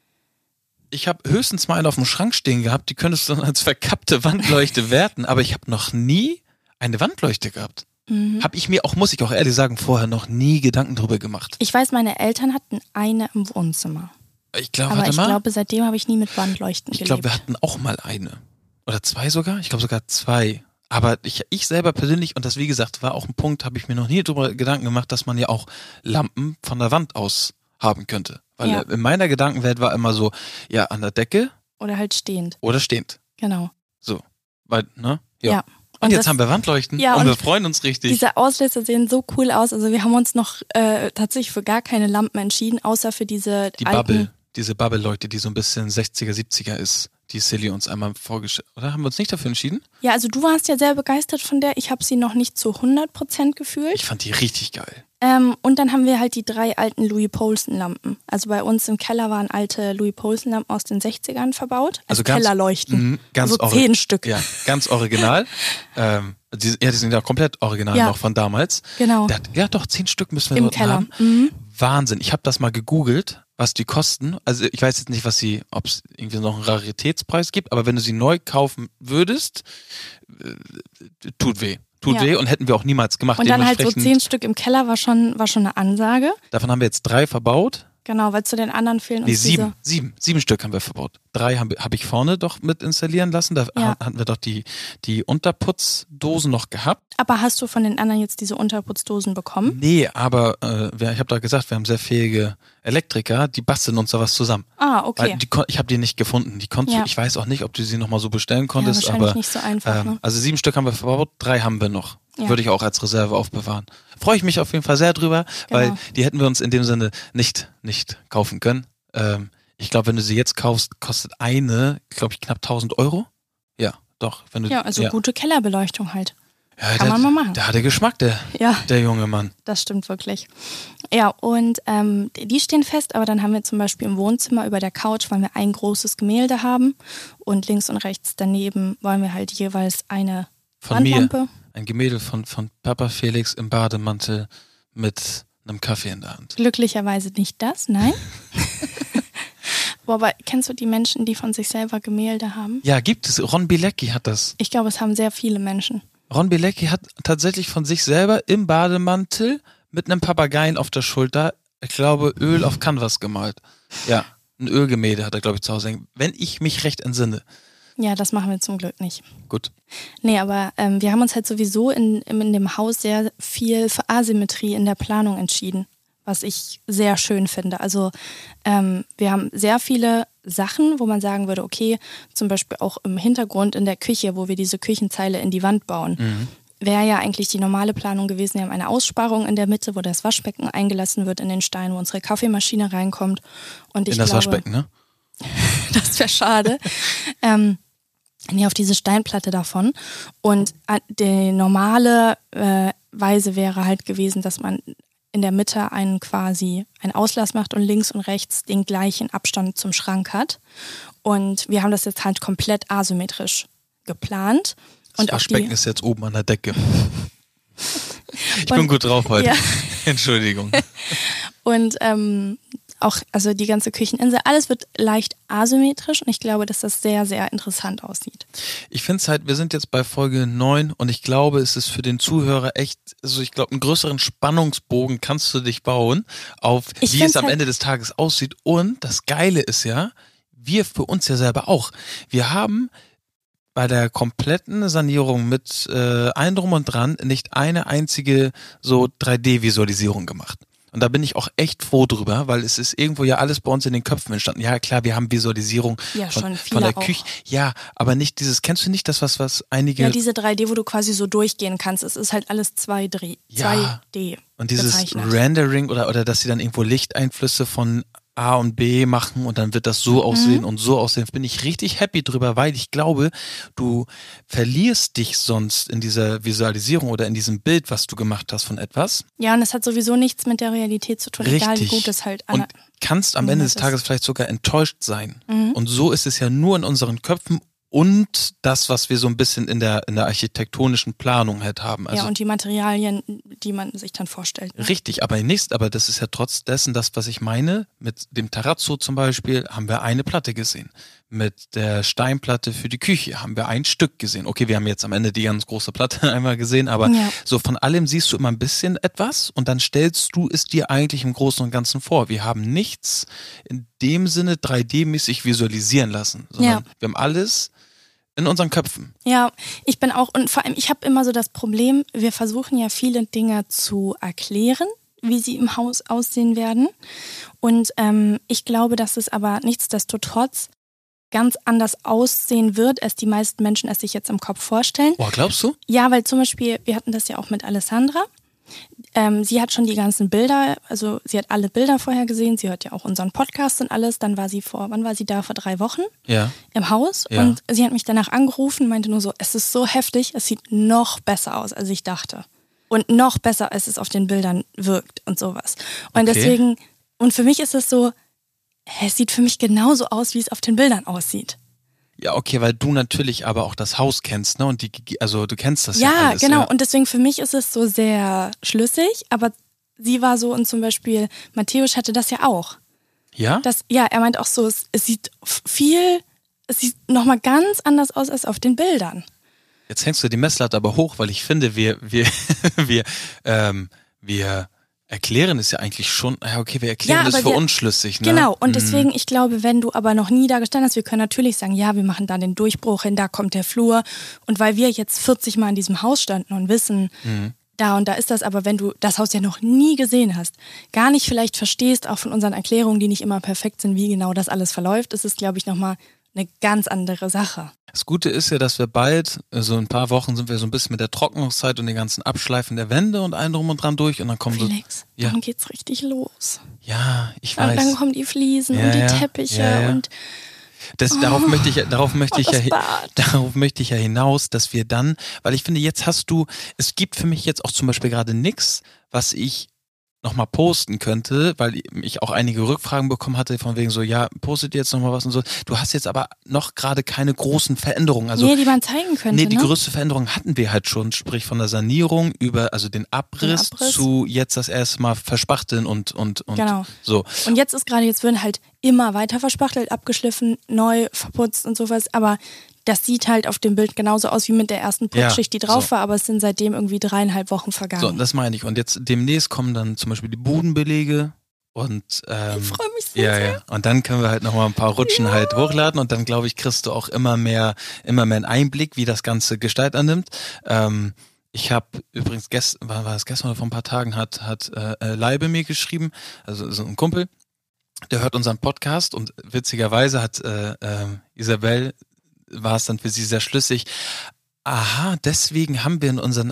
Ich habe höchstens mal eine auf dem Schrank stehen gehabt, die könntest du dann als verkappte Wandleuchte werten, aber ich habe noch nie eine Wandleuchte gehabt. Mhm. Habe ich mir auch, muss ich auch ehrlich sagen, vorher noch nie Gedanken drüber gemacht. Ich weiß, meine Eltern hatten eine im Wohnzimmer. Ich glaub, aber warte ich mal. glaube, seitdem habe ich nie mit Wandleuchten ich gelebt. Ich glaube, wir hatten auch mal eine. Oder zwei sogar? Ich glaube sogar zwei. Aber ich, ich selber persönlich, und das wie gesagt war auch ein Punkt, habe ich mir noch nie drüber Gedanken gemacht, dass man ja auch Lampen von der Wand aus haben könnte. Weil ja. in meiner Gedankenwelt war immer so, ja, an der Decke. Oder halt stehend. Oder stehend. Genau. So. Weil, ne? Ja. ja. Und, und jetzt das, haben wir Wandleuchten ja, und, und wir freuen uns richtig. Diese Auslässe sehen so cool aus. Also wir haben uns noch äh, tatsächlich für gar keine Lampen entschieden, außer für diese Die alten... Bubble, diese Bubble-Leuchte, die so ein bisschen sechziger, siebziger ist, die Silly uns einmal vorgestellt. Oder haben wir uns nicht dafür entschieden? Ja, also du warst ja sehr begeistert von der. Ich habe sie noch nicht zu hundert Prozent gefühlt. Ich fand die richtig geil. Ähm, und dann haben wir halt die drei alten Louis Poulsen-Lampen. Also bei uns im Keller waren alte Louis Poulsen-Lampen aus den sechzigern verbaut. Als also ganz, Kellerleuchten. Mh, ganz so ori- zehn Stück. Ja, ganz original. ähm, die, ja, die sind ja komplett original ja. noch von damals. Genau. Der, ja, doch, zehn Stück müssen wir im dort Keller. haben. Mhm. Wahnsinn. Ich habe das mal gegoogelt, was die kosten. Also ich weiß jetzt nicht, was sie, ob es irgendwie noch einen Raritätspreis gibt, aber wenn du sie neu kaufen würdest, äh, tut weh. Tut ja. weh und hätten wir auch niemals gemacht. Und dann halt so zehn Stück im Keller war schon, war schon eine Ansage. Davon haben wir jetzt drei verbaut. Genau, weil zu den anderen fehlen uns nee, sieben, diese... sieben, sieben Stück haben wir verbaut. Drei habe hab ich vorne doch mit installieren lassen. Da ja. hatten wir doch die, die Unterputzdosen noch gehabt. Aber hast du von den anderen jetzt diese Unterputzdosen bekommen? Nee, aber äh, ich habe da gesagt, wir haben sehr fähige Elektriker, die basteln uns da was zusammen. Ah, okay. Weil die, ich habe die nicht gefunden. Die konntest ja. du, ich weiß auch nicht, ob du sie nochmal so bestellen konntest. Ja, wahrscheinlich aber nicht so einfach. Ähm, ne? Also sieben Stück haben wir verbaut, drei haben wir noch. Ja. Würde ich auch als Reserve aufbewahren. Freue ich mich auf jeden Fall sehr drüber, genau. weil die hätten wir uns in dem Sinne nicht, nicht kaufen können. Ähm, ich glaube, wenn du sie jetzt kaufst, kostet eine, glaube ich, knapp tausend Euro. Ja, doch. Wenn du, ja, also ja. gute Kellerbeleuchtung halt. Ja, Kann der, man mal machen. Der hat der Geschmack, der, ja. der junge Mann. Das stimmt wirklich. Ja, und ähm, die stehen fest, aber dann haben wir zum Beispiel im Wohnzimmer über der Couch, wollen wir ein großes Gemälde haben und links und rechts daneben wollen wir halt jeweils eine von Wandlampe. Mir. Ein Gemälde von, von Papa Felix im Bademantel mit einem Kaffee in der Hand. Glücklicherweise nicht das, nein. Boah, aber kennst du die Menschen, die von sich selber Gemälde haben? Ja, gibt es. Ron Bilecki hat das. Ich glaube, es haben sehr viele Menschen. Ron Bilecki hat tatsächlich von sich selber im Bademantel mit einem Papageien auf der Schulter, ich glaube, Öl auf Canvas gemalt. Ja, ein Ölgemälde hat er, glaube ich, zu Hause hängen. Wenn ich mich recht entsinne. Ja, das machen wir zum Glück nicht. Gut. Nee, aber ähm, wir haben uns halt sowieso in, in dem Haus sehr viel für Asymmetrie in der Planung entschieden, was ich sehr schön finde. Also ähm, wir haben sehr viele Sachen, wo man sagen würde, okay, zum Beispiel auch im Hintergrund in der Küche, wo wir diese Küchenzeile in die Wand bauen, mhm. wäre ja eigentlich die normale Planung gewesen. Wir haben eine Aussparung in der Mitte, wo das Waschbecken eingelassen wird in den Stein, wo unsere Kaffeemaschine reinkommt. Und ich in das glaube, Waschbecken, ne? Das wäre schade. ähm, nee, auf diese Steinplatte davon. Und die normale äh, Weise wäre halt gewesen, dass man in der Mitte einen quasi einen Auslass macht und links und rechts den gleichen Abstand zum Schrank hat. Und wir haben das jetzt halt komplett asymmetrisch geplant. Das und Waschbecken ist jetzt oben an der Decke. Ich und, bin gut drauf heute. Ja. Entschuldigung. Und ähm, auch, also die ganze Kücheninsel, alles wird leicht asymmetrisch und ich glaube, dass das sehr, sehr interessant aussieht. Ich finde es halt, wir sind jetzt bei Folge neun und ich glaube, es ist für den Zuhörer echt, also ich glaube, einen größeren Spannungsbogen kannst du dich bauen, auf ich wie es am halt Ende des Tages aussieht. Und das Geile ist ja, wir für uns ja selber auch. Wir haben bei der kompletten Sanierung mit äh, allem drum und dran nicht eine einzige so drei D-Visualisierung gemacht. Und da bin ich auch echt froh drüber, weil es ist irgendwo ja alles bei uns in den Köpfen entstanden. Ja klar, wir haben Visualisierung ja, von, schon von der auch. Küche. Ja, aber nicht dieses, kennst du nicht das, was, was einige... Ja, diese drei D, wo du quasi so durchgehen kannst. Es ist halt alles zwei D. Ja. zwei D Und dieses bezeichnet. Rendering oder, oder dass sie dann irgendwo Lichteinflüsse von A und B machen und dann wird das so aussehen Mhm. und so aussehen. Bin ich richtig happy drüber, weil ich glaube, du verlierst dich sonst in dieser Visualisierung oder in diesem Bild, was du gemacht hast von etwas. Ja, und es hat sowieso nichts mit der Realität zu tun, egal wie Richtig. gut es halt Und an. kannst am Nee, Ende das des Tages ist- vielleicht sogar enttäuscht sein. Mhm. Und so ist es ja nur in unseren Köpfen und das, was wir so ein bisschen in der, in der architektonischen Planung halt haben. Also Ja, und die Materialien, die man sich dann vorstellt. Ne? richtig, aber nicht, aber das ist ja trotz dessen das, was ich meine. Mit dem Terrazzo zum Beispiel haben wir eine Platte gesehen. Mit der Steinplatte für die Küche haben wir ein Stück gesehen. Okay, wir haben jetzt am Ende die ganz große Platte einmal gesehen, aber Ja. so von allem siehst du immer ein bisschen etwas und dann stellst du es dir eigentlich im Großen und Ganzen vor. Wir haben nichts in dem Sinne drei D-mäßig visualisieren lassen, sondern Ja. wir haben alles in unseren Köpfen. Ja, ich bin auch, und vor allem, ich habe immer so das Problem, wir versuchen ja viele Dinge zu erklären, wie sie im Haus aussehen werden. Und ähm, ich glaube, dass es aber nichtsdestotrotz ganz anders aussehen wird, als die meisten Menschen es sich jetzt im Kopf vorstellen. Boah, glaubst du? Ja, weil zum Beispiel, wir hatten das ja auch mit Alessandra. Ähm, sie hat schon die ganzen Bilder, also sie hat alle Bilder vorher gesehen, sie hört ja auch unseren Podcast und alles. Dann war sie vor, wann war sie da? Vor drei Wochen Ja. im Haus. Ja. Und sie hat mich danach angerufen und meinte nur so, es ist so heftig, es sieht noch besser aus, als ich dachte. Und noch besser, als es auf den Bildern wirkt und sowas. Und Okay. deswegen, und für mich ist es so, es sieht für mich genauso aus, wie es auf den Bildern aussieht. Ja, okay, weil du natürlich aber auch das Haus kennst, ne? Und die, also du kennst das ja, Ja, alles. genau. Ja. Und deswegen für mich ist es so sehr schlüssig, aber sie war so, und zum Beispiel Matthäus hatte das ja auch. Ja? Das, ja, er meint auch so, es, es sieht viel, es sieht nochmal ganz anders aus als auf den Bildern. Jetzt hängst du die Messlatte aber hoch, weil ich finde, wir, wir, wir, ähm, wir erklären es ja eigentlich schon, ja okay, wir erklären Ja, es aber für wir- unschlüssig, ne? Genau, und Mhm. deswegen, ich glaube, wenn du aber noch nie da gestanden hast, wir können natürlich sagen, ja, wir machen da den Durchbruch hin, da kommt der Flur. Und weil wir jetzt vierzig Mal in diesem Haus standen und wissen, Mhm. da und da ist das, aber wenn du das Haus ja noch nie gesehen hast, gar nicht vielleicht verstehst, auch von unseren Erklärungen, die nicht immer perfekt sind, wie genau das alles verläuft, ist es, glaube ich, nochmal eine ganz andere Sache. Das Gute ist ja, dass wir bald, so ein paar Wochen sind wir so ein bisschen mit der Trocknungszeit und den ganzen Abschleifen der Wände und allem drum und dran durch und dann kommen so, Felix, ja. dann geht's richtig los. ja, ich Und weiß. dann kommen die Fliesen Ja, und die ja, Teppiche ja, ja. und Das, darauf möchte ich, darauf möchte ich und ja, das hi- Bad. darauf möchte ich ja hinaus, dass wir dann, weil ich finde, jetzt hast du, es gibt für mich jetzt auch zum Beispiel gerade nichts, was ich nochmal posten könnte, weil ich auch einige Rückfragen bekommen hatte, von wegen so, ja, postet ihr jetzt nochmal was und so. Du hast jetzt aber noch gerade keine großen Veränderungen. Also, nee, die man zeigen könnte, nee, die ne? größte Veränderung hatten wir halt schon, sprich von der Sanierung über, also den Abriss, Den Abriss. zu jetzt das erste Mal verspachteln und, und, und Genau. so. Und jetzt ist gerade, jetzt werden halt immer weiter verspachtelt, abgeschliffen, neu verputzt und sowas, aber das sieht halt auf dem Bild genauso aus wie mit der ersten Putzschicht, die drauf so. war, aber es sind seitdem irgendwie dreieinhalb Wochen vergangen. So, das meine ich. Und jetzt demnächst kommen dann zum Beispiel die Bodenbelege und ähm, Ich freue mich so ja, sehr. ja. Und dann können wir halt nochmal ein paar Rutschen halt hochladen und dann, glaube ich, kriegst du auch immer mehr, immer mehr einen Einblick, wie das Ganze Gestalt annimmt. Ähm, ich habe übrigens gestern, war, war das gestern oder vor ein paar Tagen, hat, hat äh, Leibe mir geschrieben, also so ein Kumpel, der hört unseren Podcast und witzigerweise hat äh, äh, Isabel, war es dann für sie sehr schlüssig. Aha, deswegen haben wir in unseren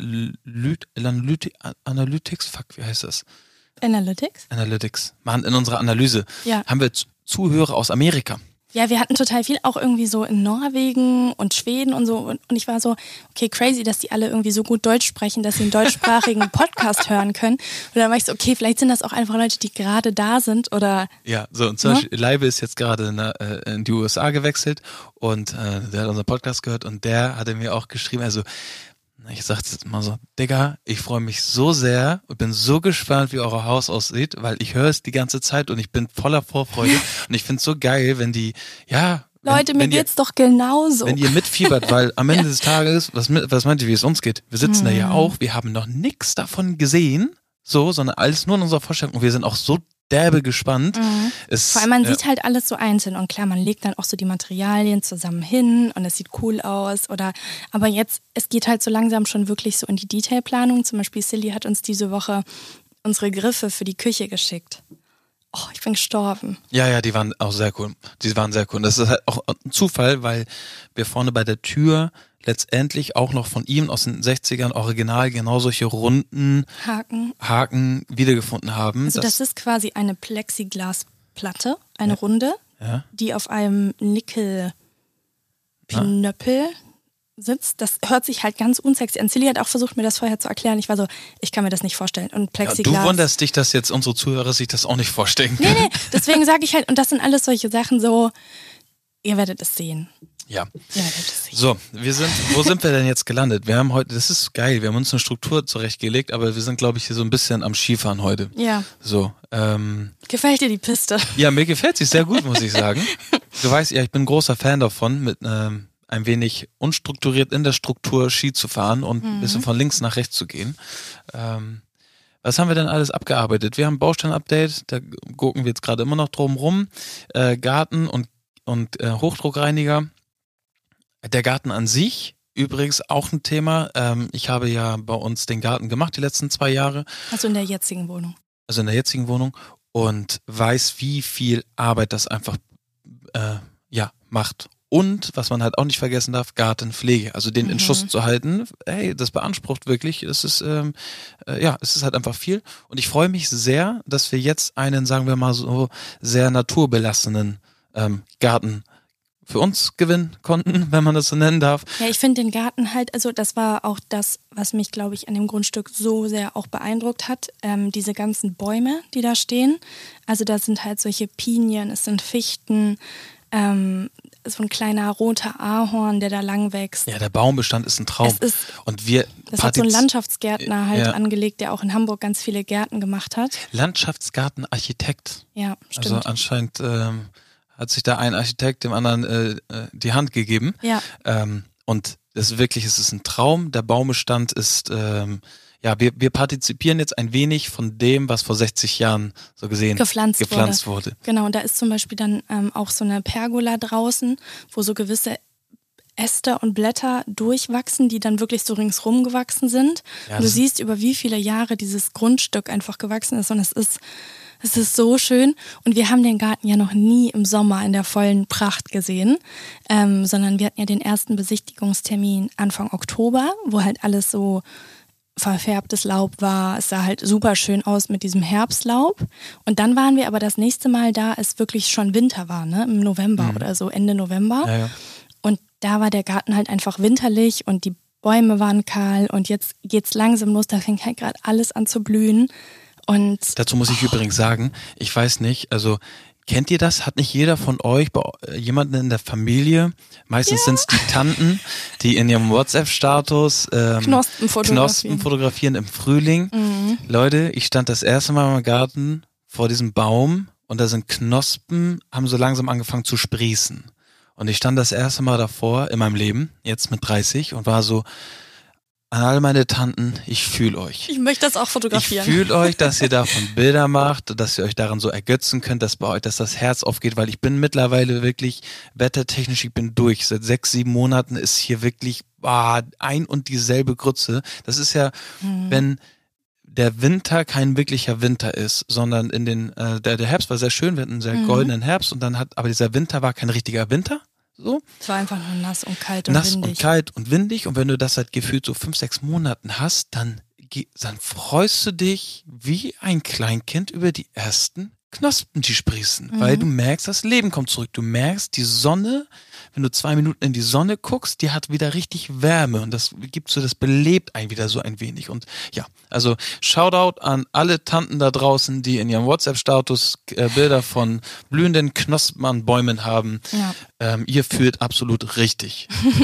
Analyt Analyt Analytics, fuck, wie heißt das? Analytics? Analytics, machen in unserer Analyse, Ja. haben wir Z- Zuhörer aus Amerika. Ja, wir hatten total viel, auch irgendwie so in Norwegen und Schweden und so. Und, und ich war so, okay, crazy, dass die alle irgendwie so gut Deutsch sprechen, dass sie einen deutschsprachigen Podcast hören können. Und dann war ich so, okay, vielleicht sind das auch einfach Leute, die gerade da sind oder... Ja, so und zum Ja. Beispiel Leibe ist jetzt gerade in, äh, in die U S A gewechselt und äh, der hat unseren Podcast gehört und der hatte mir auch geschrieben, also ich sag's jetzt mal so, Digga, ich freue mich so sehr und bin so gespannt, wie euer Haus aussieht, weil ich höre es die ganze Zeit und ich bin voller Vorfreude und ich find's so geil, wenn die, ja, wenn, Leute, mir wenn ihr, geht's doch genauso. wenn ihr mitfiebert, weil am Ende des Tages, was, mit- was meint ihr, wie es uns geht? Wir sitzen da Mhm. ja auch, wir haben noch nichts davon gesehen, so, sondern alles nur in unserer Vorstellung und wir sind auch so derbe gespannt. Mhm. Es, Vor allem, man äh, sieht halt alles so einzeln und klar, man legt dann auch so die Materialien zusammen hin und es sieht cool aus oder, aber jetzt, es geht halt so langsam schon wirklich so in die Detailplanung. Zum Beispiel Silly hat uns diese Woche unsere Griffe für die Küche geschickt. Oh, ich bin gestorben. Ja, ja, die waren auch sehr cool. Die waren sehr cool. Das ist halt auch ein Zufall, weil wir vorne bei der Tür letztendlich auch noch von ihm aus den sechzigern original genau solche runden Haken, Haken wiedergefunden haben. Also das, das ist quasi eine Plexiglasplatte, eine ja. runde, ja. die auf einem Nickel-Pinöppel ah. sitzt. Das hört sich halt ganz unsexy an. Silly hat auch versucht, mir das vorher zu erklären. Ich war so, ich kann mir das nicht vorstellen. Und Plexiglas. Ja, du wunderst dich, dass jetzt unsere Zuhörer sich das auch nicht vorstellen können. Nee, nee, deswegen sage ich halt, und das sind alles solche Sachen so, ihr werdet es sehen. Ja. Ihr werdet es sehen. So, wir sind, wo sind wir denn jetzt gelandet? Wir haben heute, das ist geil, wir haben uns eine Struktur zurechtgelegt, aber wir sind, glaube ich, hier so ein bisschen am Skifahren heute. Ja. So, ähm. Gefällt dir die Piste? Ja, mir gefällt sie sehr gut, muss ich sagen. Du weißt ja, ich bin ein großer Fan davon, mit ähm, ein wenig unstrukturiert in der Struktur Ski zu fahren und mhm. ein bisschen von links nach rechts zu gehen. Ähm, was haben wir denn alles abgearbeitet? Wir haben Baustein-Update, da gucken wir jetzt gerade immer noch drum rum. Äh, Garten und, und äh, Hochdruckreiniger. Der Garten an sich, übrigens auch ein Thema. Ähm, ich habe ja bei uns den Garten gemacht die letzten zwei Jahre. Also in der jetzigen Wohnung. Also in der jetzigen Wohnung und weiß, wie viel Arbeit das einfach äh, ja macht. Und, was man halt auch nicht vergessen darf, Gartenpflege. Also den mhm. in Schuss zu halten, hey, das beansprucht wirklich. Es ist, ähm, äh, ja, es ist halt einfach viel. Und ich freue mich sehr, dass wir jetzt einen, sagen wir mal so, sehr naturbelassenen ähm, Garten für uns gewinnen konnten, wenn man das so nennen darf. Ja, ich finde den Garten halt, also das war auch das, was mich, glaube ich, an dem Grundstück so sehr auch beeindruckt hat. Ähm, diese ganzen Bäume, die da stehen. Also da sind halt solche Pinien, es sind Fichten, ähm, so ein kleiner roter Ahorn, der da lang wächst. Ja, der Baumbestand ist ein Traum. Es ist, und wir das hat so ein Landschaftsgärtner halt ja. angelegt, der auch in Hamburg ganz viele Gärten gemacht hat. Landschaftsgartenarchitekt. Ja, stimmt. Also anscheinend ähm, hat sich da ein Architekt dem anderen äh, die Hand gegeben. Ja. Ähm, und das ist wirklich, es ist ein Traum. Der Baumbestand ist, ähm, ja, wir, wir partizipieren jetzt ein wenig von dem, was vor sechzig Jahren so gesehen gepflanzt, gepflanzt wurde. wurde. Genau, und da ist zum Beispiel dann ähm, auch so eine Pergola draußen, wo so gewisse Äste und Blätter durchwachsen, die dann wirklich so ringsrum gewachsen sind. Ja, und du siehst, über wie viele Jahre dieses Grundstück einfach gewachsen ist und es ist Es ist so schön und wir haben den Garten ja noch nie im Sommer in der vollen Pracht gesehen, ähm, sondern wir hatten ja den ersten Besichtigungstermin Anfang Oktober, wo halt alles so verfärbtes Laub war. Es sah halt super schön aus mit diesem Herbstlaub. Und dann waren wir aber das nächste Mal da, es wirklich schon Winter war, ne? Im November mhm. oder so, Ende November. Ja, ja. Und da war der Garten halt einfach winterlich und die Bäume waren kahl und jetzt geht's langsam los, da fängt halt gerade alles an zu blühen. Und dazu muss ich oh. übrigens sagen, ich weiß nicht, also kennt ihr das? Hat nicht jeder von euch bei jemanden in der Familie, meistens ja. sind es die Tanten, die in ihrem WhatsApp-Status ähm, Knospen fotografieren. Knospen fotografieren im Frühling. Mhm. Leute, ich stand das erste Mal im Garten vor diesem Baum und da sind Knospen, haben so langsam angefangen zu sprießen. Und ich stand das erste Mal davor in meinem Leben, jetzt mit dreißig, und war so, an all meine Tanten, ich fühle euch. Ich möchte das auch fotografieren. Ich fühle euch, dass ihr davon Bilder macht, dass ihr euch daran so ergötzen könnt, dass bei euch, dass das Herz aufgeht, weil ich bin mittlerweile wirklich wettertechnisch, ich bin durch. Seit sechs, sieben Monaten ist hier wirklich ah, ein und dieselbe Grütze. Das ist ja, hm. wenn der Winter kein wirklicher Winter ist, sondern in den, äh, der, der Herbst war sehr schön, wir hatten einen sehr hm. goldenen Herbst und dann hat, aber dieser Winter war kein richtiger Winter. So. Es war einfach nur nass und kalt und nass windig. Nass und kalt und windig. Und wenn du das halt gefühlt so fünf, sechs Monaten hast, dann, dann freust du dich wie ein Kleinkind über die ersten Knospen, die sprießen. Mhm. Weil du merkst, das Leben kommt zurück. Du merkst, die Sonne, wenn du zwei Minuten in die Sonne guckst, die hat wieder richtig Wärme. Und das gibt so, das belebt einen wieder so ein wenig. Und ja, also Shoutout an alle Tanten da draußen, die in ihrem WhatsApp-Status äh, Bilder von blühenden Knospen an Bäumen haben. Ja. Ähm, ihr fühlt absolut richtig.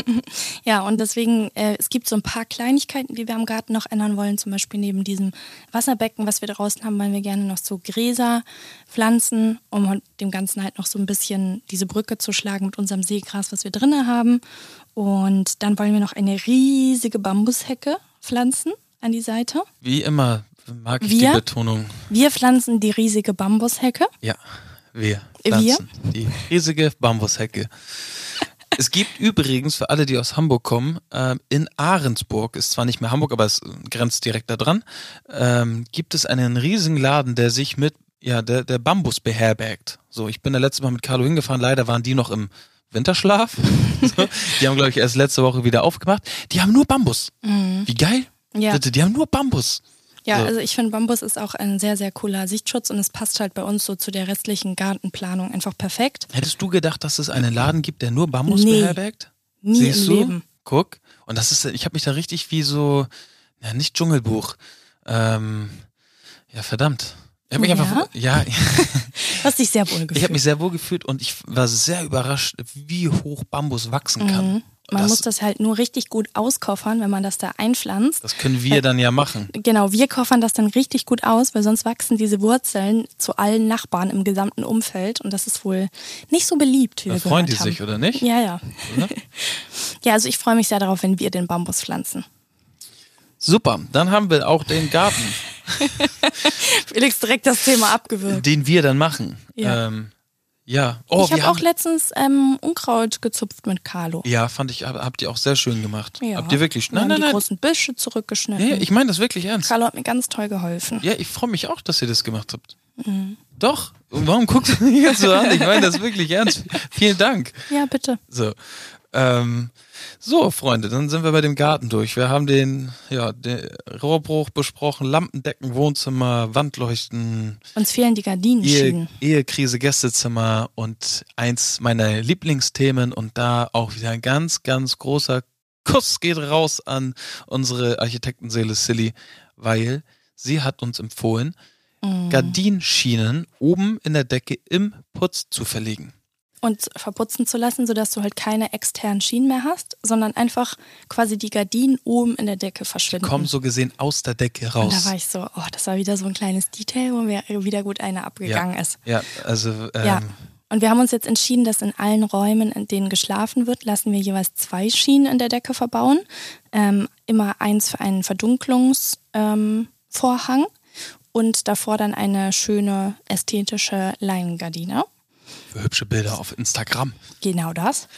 Ja, und deswegen, äh, es gibt so ein paar Kleinigkeiten, die wir am Garten noch ändern wollen. Zum Beispiel neben diesem Wasserbecken, was wir draußen haben, wollen wir gerne noch so Gräser pflanzen, um dem Ganzen halt noch so ein bisschen diese Brücke zu schlagen mit unserem Seegras, was wir drinnen haben. Und dann wollen wir noch eine riesige Bambushecke pflanzen an die Seite. Wie immer mag ich wir, die Betonung. Wir pflanzen die riesige Bambushecke. Ja, wir pflanzen wir? die riesige Bambushecke. Es gibt übrigens, für alle, die aus Hamburg kommen, ähm, in Ahrensburg, ist zwar nicht mehr Hamburg, aber es grenzt direkt da dran, ähm, gibt es einen riesigen Laden, der sich mit, ja, der, der Bambus beherbergt. So, ich bin da letztes Mal mit Carlo hingefahren, leider waren die noch im Winterschlaf. So, die haben, glaube ich, erst letzte Woche wieder aufgemacht. Die haben nur Bambus. Mhm. Wie geil? Ja. Bitte, die haben nur Bambus. Ja, So. also ich finde, Bambus ist auch ein sehr, sehr cooler Sichtschutz und es passt halt bei uns so zu der restlichen Gartenplanung einfach perfekt. Hättest du gedacht, dass es einen Laden gibt, der nur Bambus Nee. beherbergt? Nie Siehst im du? Leben. Guck. Und das ist, ich habe mich da richtig wie so, ja, nicht Dschungelbuch. Ähm, ja, verdammt. Ich habe mich Ja? einfach, ja, Du hast dich sehr wohl gefühlt. ich habe mich sehr wohl gefühlt und ich war sehr überrascht, wie hoch Bambus wachsen kann. Mhm. Man das, muss das halt nur richtig gut auskoffern, wenn man das da einpflanzt. das können wir dann ja machen. Genau, wir koffern das dann richtig gut aus, weil sonst wachsen diese Wurzeln zu allen Nachbarn im gesamten Umfeld und das ist wohl nicht so beliebt, wie Da wir freuen die gehört haben. sich, oder nicht? Ja, ja. Oder? Ja, also ich freue mich sehr darauf, wenn wir den Bambus pflanzen. Super, dann haben wir auch den Garten, Felix direkt das Thema abgewürgt. den wir dann machen. Ja. Ähm, ja. Oh, ich wir habe auch haben, letztens ähm, Unkraut gezupft mit Carlo. ja, fand ich, hab- habt ihr auch sehr schön gemacht. Ja. Habt ihr wirklich? Wir Nein, haben nein, die nein. großen Büsche zurückgeschnitten. Ja, ja, ich meine das wirklich ernst. Carlo hat mir ganz toll geholfen. Ja, ich freue mich auch, dass ihr das gemacht habt. Mhm. Doch. Und warum guckst du mich jetzt so an? Ich meine das wirklich ernst. Vielen Dank. Ja, bitte. So. Ähm, so, Freunde, dann sind wir bei dem Garten durch. Wir haben den, ja, den Rohrbruch besprochen, Lampendecken, Wohnzimmer, Wandleuchten, Uns fehlen die Ehe, Gardinenschienen. Ehekrise, Gästezimmer und eins meiner Lieblingsthemen und da auch wieder ein ganz, ganz großer Kuss geht raus an unsere Architektenseele Silly, weil sie hat uns empfohlen, Mhm. Gardinenschienen oben in der Decke im Putz zu verlegen. Und verputzen zu lassen, sodass du halt keine externen Schienen mehr hast, sondern einfach quasi die Gardinen oben in der Decke verschwinden. Kommen so gesehen aus der Decke raus. Und da war ich so, oh, das war wieder so ein kleines Detail, wo mir wieder gut einer abgegangen ist. Ja, also ähm, Ja. Und wir haben uns jetzt entschieden, dass in allen Räumen, in denen geschlafen wird, lassen wir jeweils zwei Schienen in der Decke verbauen. Ähm, immer eins für einen Verdunklungsvorhang ähm, Vorhang und davor dann eine schöne ästhetische Leinengardine. für hübsche Bilder auf Instagram. Genau das.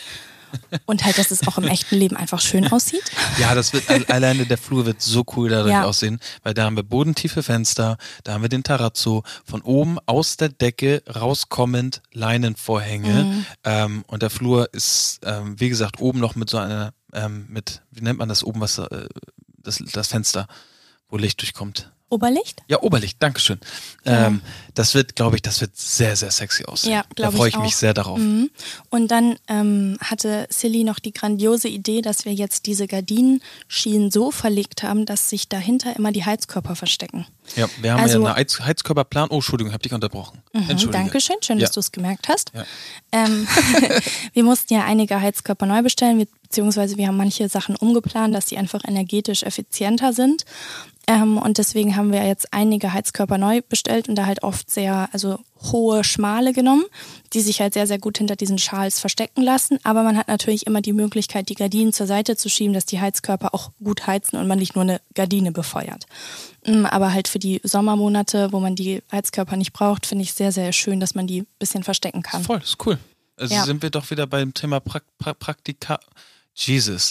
Und halt, dass es auch im echten Leben einfach schön aussieht. Ja, das wird alleine der Flur wird so cool dadurch Ja. aussehen, weil da haben wir bodentiefe Fenster, da haben wir den Terrazzo, von oben aus der Decke rauskommend Leinenvorhänge Mhm. ähm, und der Flur ist, ähm, wie gesagt, oben noch mit so einer, ähm, mit, wie nennt man das oben, was, äh, das, das Fenster, wo Licht durchkommt. Oberlicht? Ja, Oberlicht, Dankeschön. Ja. Ähm, das wird, glaube ich, das wird sehr, sehr sexy aussehen. Ja, da glaube freue ich ich mich auch. sehr darauf. Mhm. Und dann ähm, hatte Silly noch die grandiose Idee, dass wir jetzt diese Gardinenschienen so verlegt haben, dass sich dahinter immer die Heizkörper verstecken. Ja, wir haben Also- ja einen Heiz Heizkörperplan. Oh, Entschuldigung, hab dich unterbrochen. Mhm, Entschuldige. Dankeschön, schön, Ja. dass du es gemerkt hast. Ja. Ähm, wir mussten ja einige Heizkörper neu bestellen, wir- beziehungsweise wir haben manche Sachen umgeplant, dass die einfach energetisch effizienter sind. Ähm, und deswegen haben wir jetzt einige Heizkörper neu bestellt und da halt oft sehr, also hohe Schmale genommen, die sich halt sehr, sehr gut hinter diesen Schals verstecken lassen. Aber man hat natürlich immer die Möglichkeit, die Gardinen zur Seite zu schieben, dass die Heizkörper auch gut heizen und man nicht nur eine Gardine befeuert. Mm, Aber halt für die Sommermonate, wo man die Heizkörper nicht braucht, finde ich sehr, sehr schön, dass man die ein bisschen verstecken kann. Voll, ist cool. Also Ja. sind wir doch wieder beim Thema pra pra Praktika... Jesus.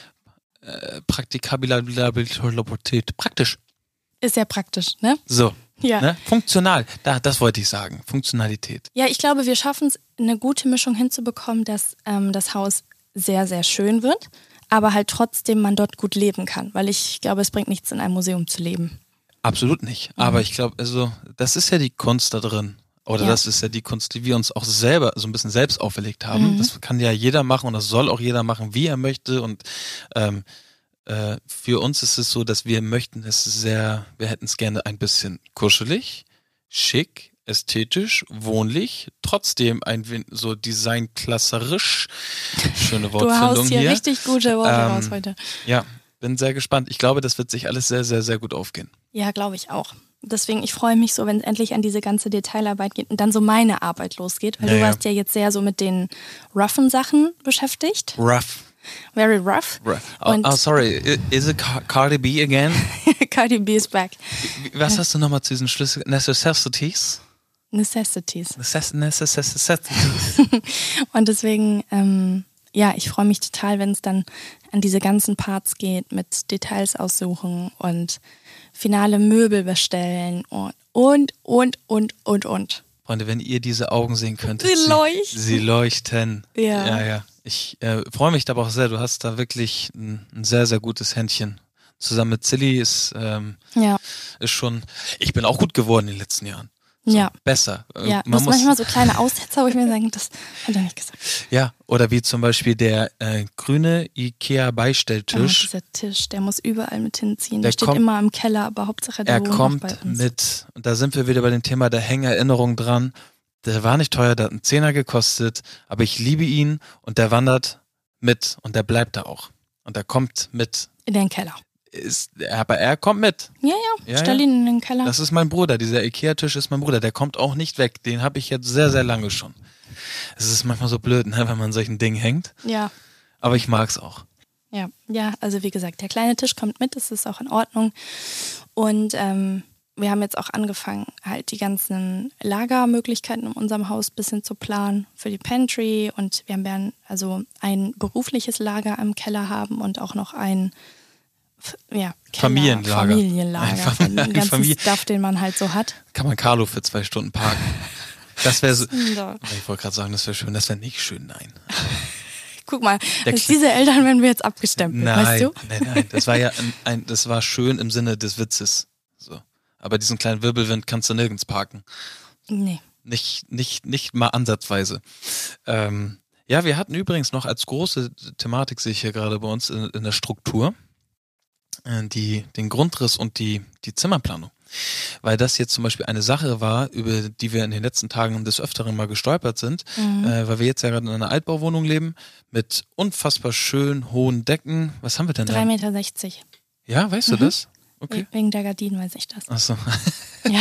Äh, Praktikabilität. Praktisch. Ist sehr praktisch, ne? So. Ja. Ne? Funktional. Da, das wollte ich sagen. Funktionalität. Ja, ich glaube, wir schaffen es, eine gute Mischung hinzubekommen, dass ähm, das Haus sehr, sehr schön wird, aber halt trotzdem man dort gut leben kann, weil ich glaube, es bringt nichts, in einem Museum zu leben. Absolut nicht. Aber ich glaube, also, das ist ja die Kunst da drin. Oder Ja. das ist ja die Kunst, die wir uns auch selber so ein bisschen selbst auferlegt haben. Mhm. Das kann ja jeder machen und das soll auch jeder machen, wie er möchte. Und ähm, äh, für uns ist es so, dass wir möchten es sehr, wir hätten es gerne ein bisschen kuschelig, schick, ästhetisch, wohnlich, trotzdem ein wenig so designklasserisch. Schöne Du Wortfindung haust hier, hier. richtig gute Worte Ähm, raus heute. Ja, bin sehr gespannt. Ich glaube, das wird sich alles sehr, sehr, sehr gut aufgehen. Ja, glaube ich auch. Deswegen, ich freue mich so, wenn es endlich an diese ganze Detailarbeit geht und dann so meine Arbeit losgeht, weil Ja, du ja. warst ja jetzt sehr so mit den roughen Sachen beschäftigt. Rough. Very rough. Rough. Oh, Und- oh, sorry, I- is it Car- Cardi B again? Cardi B is back. Wie- Was hast du nochmal zu diesen Schlüssel? Necessities? Necessities. Necess- Necess- Necessities. Und deswegen, ähm, ja, ich freue mich total, wenn es dann an diese ganzen Parts geht mit Details aussuchen und finale Möbel bestellen und, und, und, und, und, und. Freunde, wenn ihr diese Augen sehen könntet. Sie leuchten. Sie leuchten. Ja. Ja, ja. Ich äh, freue mich aber auch sehr. Du hast da wirklich ein, ein sehr, sehr gutes Händchen. Zusammen mit Silly ist, ähm, ja. ist schon, ich bin auch gut geworden in den letzten Jahren. So, ja. Besser. Ja, Man du hast muss manchmal so kleine Aussetzer, wo ich mir sage, das hat er nicht gesagt. Ja, oder wie zum Beispiel der äh, grüne Oh, Ikea-Beistelltisch. dieser Tisch, der muss überall mit hinziehen. Der Der steht kommt- immer im Keller, aber Hauptsache der Er wohnt noch kommt bei uns. mit, und da sind wir wieder bei dem Thema, da hängen Erinnerungen dran. Der war nicht teuer, der hat einen Zehner gekostet, aber ich liebe ihn und der wandert mit und der bleibt da auch. Und der kommt mit. In den Keller. Ist, aber er kommt mit. Ja, ja, Ja, stell ja. ihn in den Keller. Das ist mein Bruder, dieser Ikea-Tisch ist mein Bruder, der kommt auch nicht weg. Den habe ich jetzt sehr, sehr lange schon. Es ist manchmal so blöd, ne, wenn man an solchen Dingen hängt, ja, aber ich mag's auch. ja, ja, also wie gesagt, der kleine Tisch kommt mit, das ist auch in Ordnung. Und ähm, wir haben jetzt auch angefangen, halt die ganzen Lagermöglichkeiten in unserem Haus ein bisschen zu planen für die Pantry. Und wir werden also ein berufliches Lager im Keller haben und auch noch ein F- ja, Keller, Familienlager. Familienlager. Ein Fam- von dem ein ganzen Familie- Stuff, den man halt so hat. Kann man Carlo für zwei Stunden parken. Das wäre so. Ja. Ich wollte gerade sagen, das wäre schön. Das wäre nicht schön, nein. Guck mal, Der als Kle- diese Eltern werden wir jetzt abgestempelt, Nein, weißt du? nein, nein. Das war ja ein, ein, das war schön im Sinne des Witzes. So. Aber diesen kleinen Wirbelwind kannst du nirgends parken. Nee. Nicht, nicht, nicht mal ansatzweise. Ähm, ja, wir hatten übrigens noch als große Thematik, sehe ich hier gerade bei uns in, in der Struktur, äh, die, den Grundriss und die, die Zimmerplanung. Weil das jetzt zum Beispiel eine Sache war, über die wir in den letzten Tagen des Öfteren mal gestolpert sind, Mhm. äh, weil wir jetzt ja gerade in einer Altbauwohnung leben, mit unfassbar schön hohen Decken. Was haben wir denn da? drei Meter sechzig. Ja, weißt du Mhm. das? Okay. Wegen der Gardinen weiß ich das. Achso. Ja.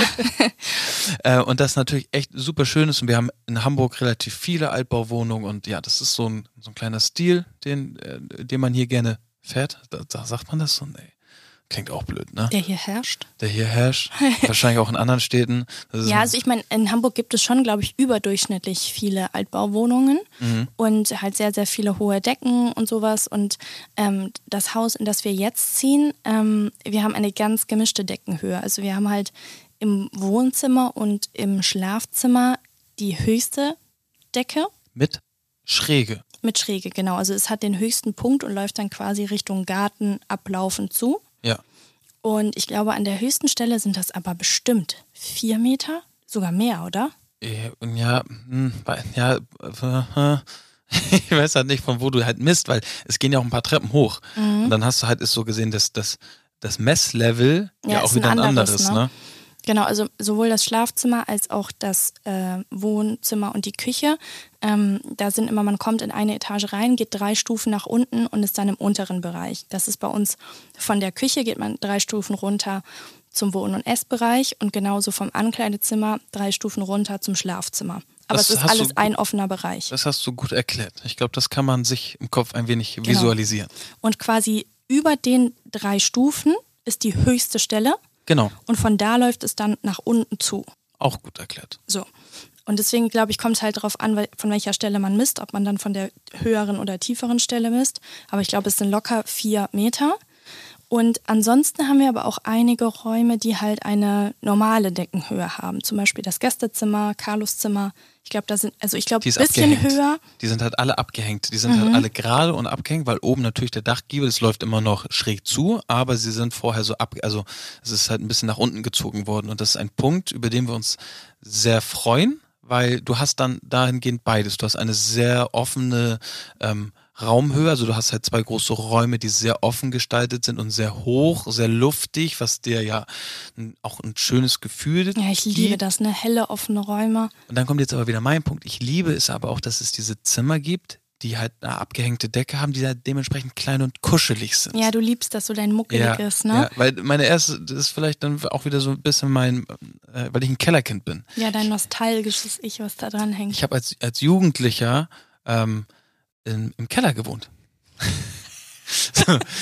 Äh, und das natürlich echt super schön ist und wir haben in Hamburg relativ viele Altbauwohnungen und ja, das ist so ein, so ein kleiner Stil, den, äh, den man hier gerne fährt. Da, da sagt man das so? Nee. Klingt auch blöd, ne? Der hier herrscht. Der hier herrscht. Wahrscheinlich auch in anderen Städten. Das ist Ja, ein- also ich meine, in Hamburg gibt es schon, glaube ich, überdurchschnittlich viele Altbauwohnungen Mhm. und halt sehr, sehr viele hohe Decken und sowas. Und ähm, das Haus, in das wir jetzt ziehen, ähm, wir haben eine ganz gemischte Deckenhöhe. Also wir haben halt im Wohnzimmer und im Schlafzimmer die höchste Decke mit Schräge. mit Schräge, genau. Also es hat den höchsten Punkt und läuft dann quasi Richtung Garten ablaufend zu. Ja. Und ich glaube, an der höchsten Stelle sind das aber bestimmt vier Meter, sogar mehr, oder? Äh, Ja, hm, bei- ja, äh, ich weiß halt nicht, von wo du halt misst, weil es gehen ja auch ein paar Treppen hoch. Mhm. Und dann hast du halt, ist so gesehen, dass das, das Messlevel ja, Ja, auch ist ein wieder ein anderes, anderes, ne? ne? Genau, also sowohl das Schlafzimmer als auch das äh, Wohnzimmer und die Küche. Ähm, da sind immer, man kommt in eine Etage rein, geht drei Stufen nach unten und ist dann im unteren Bereich. Das ist bei uns von der Küche, geht man drei Stufen runter zum Wohn- und Essbereich und genauso vom Ankleidezimmer drei Stufen runter zum Schlafzimmer. Aber Das es ist hast alles du- ein offener Bereich. Das hast du gut erklärt. Ich glaube, das kann man sich im Kopf ein wenig Genau. visualisieren. Und quasi über den drei Stufen ist die höchste Stelle Genau, und von da läuft es dann nach unten zu. auch gut erklärt. So. Und deswegen, glaube ich, kommt es halt darauf an, wel- von welcher Stelle man misst, ob man dann von der höheren oder tieferen Stelle misst. Aber ich glaube, es sind locker vier Meter. Und ansonsten haben wir aber auch einige Räume, die halt eine normale Deckenhöhe haben. Zum Beispiel das Gästezimmer, Carlos Zimmer. Ich glaube, da sind, also ich glaube, Die ein ist bisschen abgehängt. höher. Die sind halt alle abgehängt. Die sind Mhm. halt alle gerade und abgehängt, weil oben natürlich der Dachgiebel, es läuft immer noch schräg zu, aber sie sind vorher so ab, also es ist halt ein bisschen nach unten gezogen worden und das ist ein Punkt, über den wir uns sehr freuen, weil du hast dann dahingehend beides. Du hast eine sehr offene ähm, Raumhöhe, also du hast halt zwei große Räume, die sehr offen gestaltet sind und sehr hoch, sehr luftig, was dir ja n- auch ein schönes Gefühl Ja, ich liebe gibt. das, ne? Helle, offene Räume. Und dann kommt jetzt aber wieder mein Punkt. Ich liebe es aber auch, dass es diese Zimmer gibt, die halt eine abgehängte Decke haben, die halt dementsprechend klein und kuschelig sind. Ja, du liebst das, so dein muckeliges, ne? Ja, weil meine erste, das ist vielleicht dann auch wieder so ein bisschen mein, äh, weil ich ein Kellerkind bin. Ja, dein nostalgisches Ich, was da dran hängt. Ich habe als, als Jugendlicher ähm, in, im Keller gewohnt. So.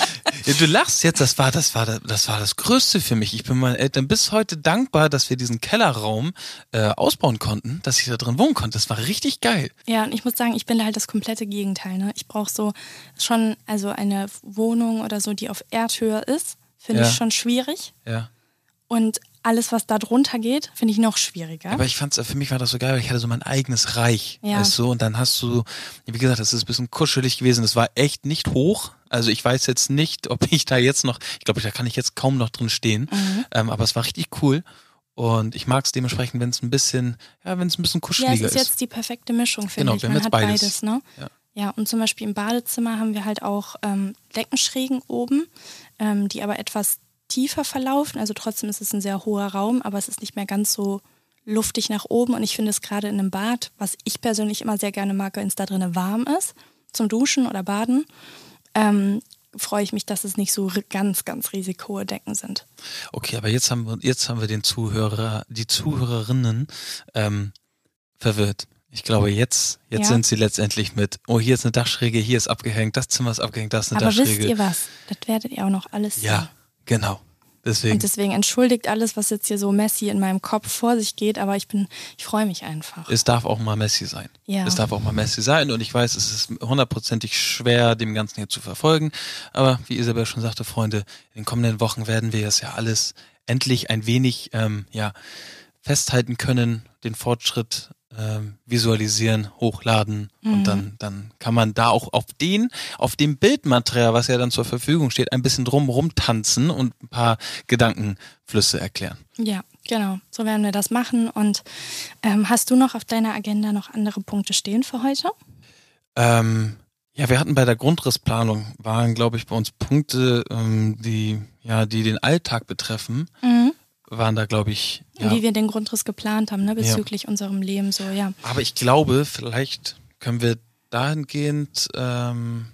Ja, du lachst jetzt, das war, das war, das war das Größte für mich. Ich bin meinen Eltern bis heute dankbar, dass wir diesen Kellerraum äh, ausbauen konnten, dass ich da drin wohnen konnte. Das war richtig geil. Ja, und ich muss sagen, ich bin da halt das komplette Gegenteil. Ne? Ich brauche so schon, also eine Wohnung oder so, die auf Erdhöhe ist, finde Ja. ich schon schwierig. Ja. Und alles, was da drunter geht, finde ich noch schwieriger. Aber ich fand's, für mich war das so geil, weil ich hatte so mein eigenes Reich, Ja. weißt du, und dann hast du, wie gesagt, das ist ein bisschen kuschelig gewesen, das war echt nicht hoch, also ich weiß jetzt nicht, ob ich da jetzt noch, ich glaube, da kann ich jetzt kaum noch drin stehen, Mhm. ähm, aber es war richtig cool und ich mag es dementsprechend, wenn es ein bisschen, ja, wenn es ein bisschen Ja, es kuscheliger ist ist. jetzt die perfekte Mischung, finde Genau, ich. wir haben Man jetzt hat beides. beides, ne? Ja. Ja, und zum Beispiel im Badezimmer haben wir halt auch ähm, Deckenschrägen oben, ähm, die aber etwas tiefer verlaufen. Also trotzdem ist es ein sehr hoher Raum, aber es ist nicht mehr ganz so luftig nach oben. Und ich finde es gerade in einem Bad, was ich persönlich immer sehr gerne mag, wenn es da drinnen warm ist, zum Duschen oder Baden, ähm, freue ich mich, dass es nicht so ri- ganz, ganz riesig hohe Decken sind. Okay, aber jetzt haben wir, jetzt haben wir den Zuhörer, die Zuhörerinnen ähm, verwirrt. Ich glaube, jetzt, jetzt Ja. sind sie letztendlich mit, oh, hier ist eine Dachschräge, hier ist abgehängt, das Zimmer ist abgehängt, das ist eine Aber Dachschräge. wisst ihr was? Das werdet ihr auch noch alles sehen. Ja, genau. Deswegen. Und deswegen entschuldigt alles, was jetzt hier so messy in meinem Kopf vor sich geht, aber ich bin, ich freue mich einfach. Es darf auch mal Messi sein. Ja. Es darf auch mal Messi sein und ich weiß, es ist hundertprozentig schwer, dem Ganzen hier zu verfolgen. Aber wie Isabel schon sagte, Freunde, in den kommenden Wochen werden wir das ja alles endlich ein wenig ähm, ja, festhalten können, den Fortschritt ähm, visualisieren, hochladen Mhm. und dann, dann kann man da auch auf den, auf dem Bildmaterial, was ja dann zur Verfügung steht, ein bisschen drum rumtanzen und ein paar Gedankenflüsse erklären. Ja, genau. So werden wir das machen. Und ähm, hast du noch auf deiner Agenda noch andere Punkte stehen für heute? Ähm, ja, wir hatten bei der Grundrissplanung, waren, glaube ich, bei uns Punkte, ähm, die, ja, die den Alltag betreffen, Mhm. waren da, glaube ich, ja. Wie wir den Grundriss geplant haben, ne, bezüglich unserem Leben, so, ja. Aber ich glaube, vielleicht können wir dahingehend, ähm,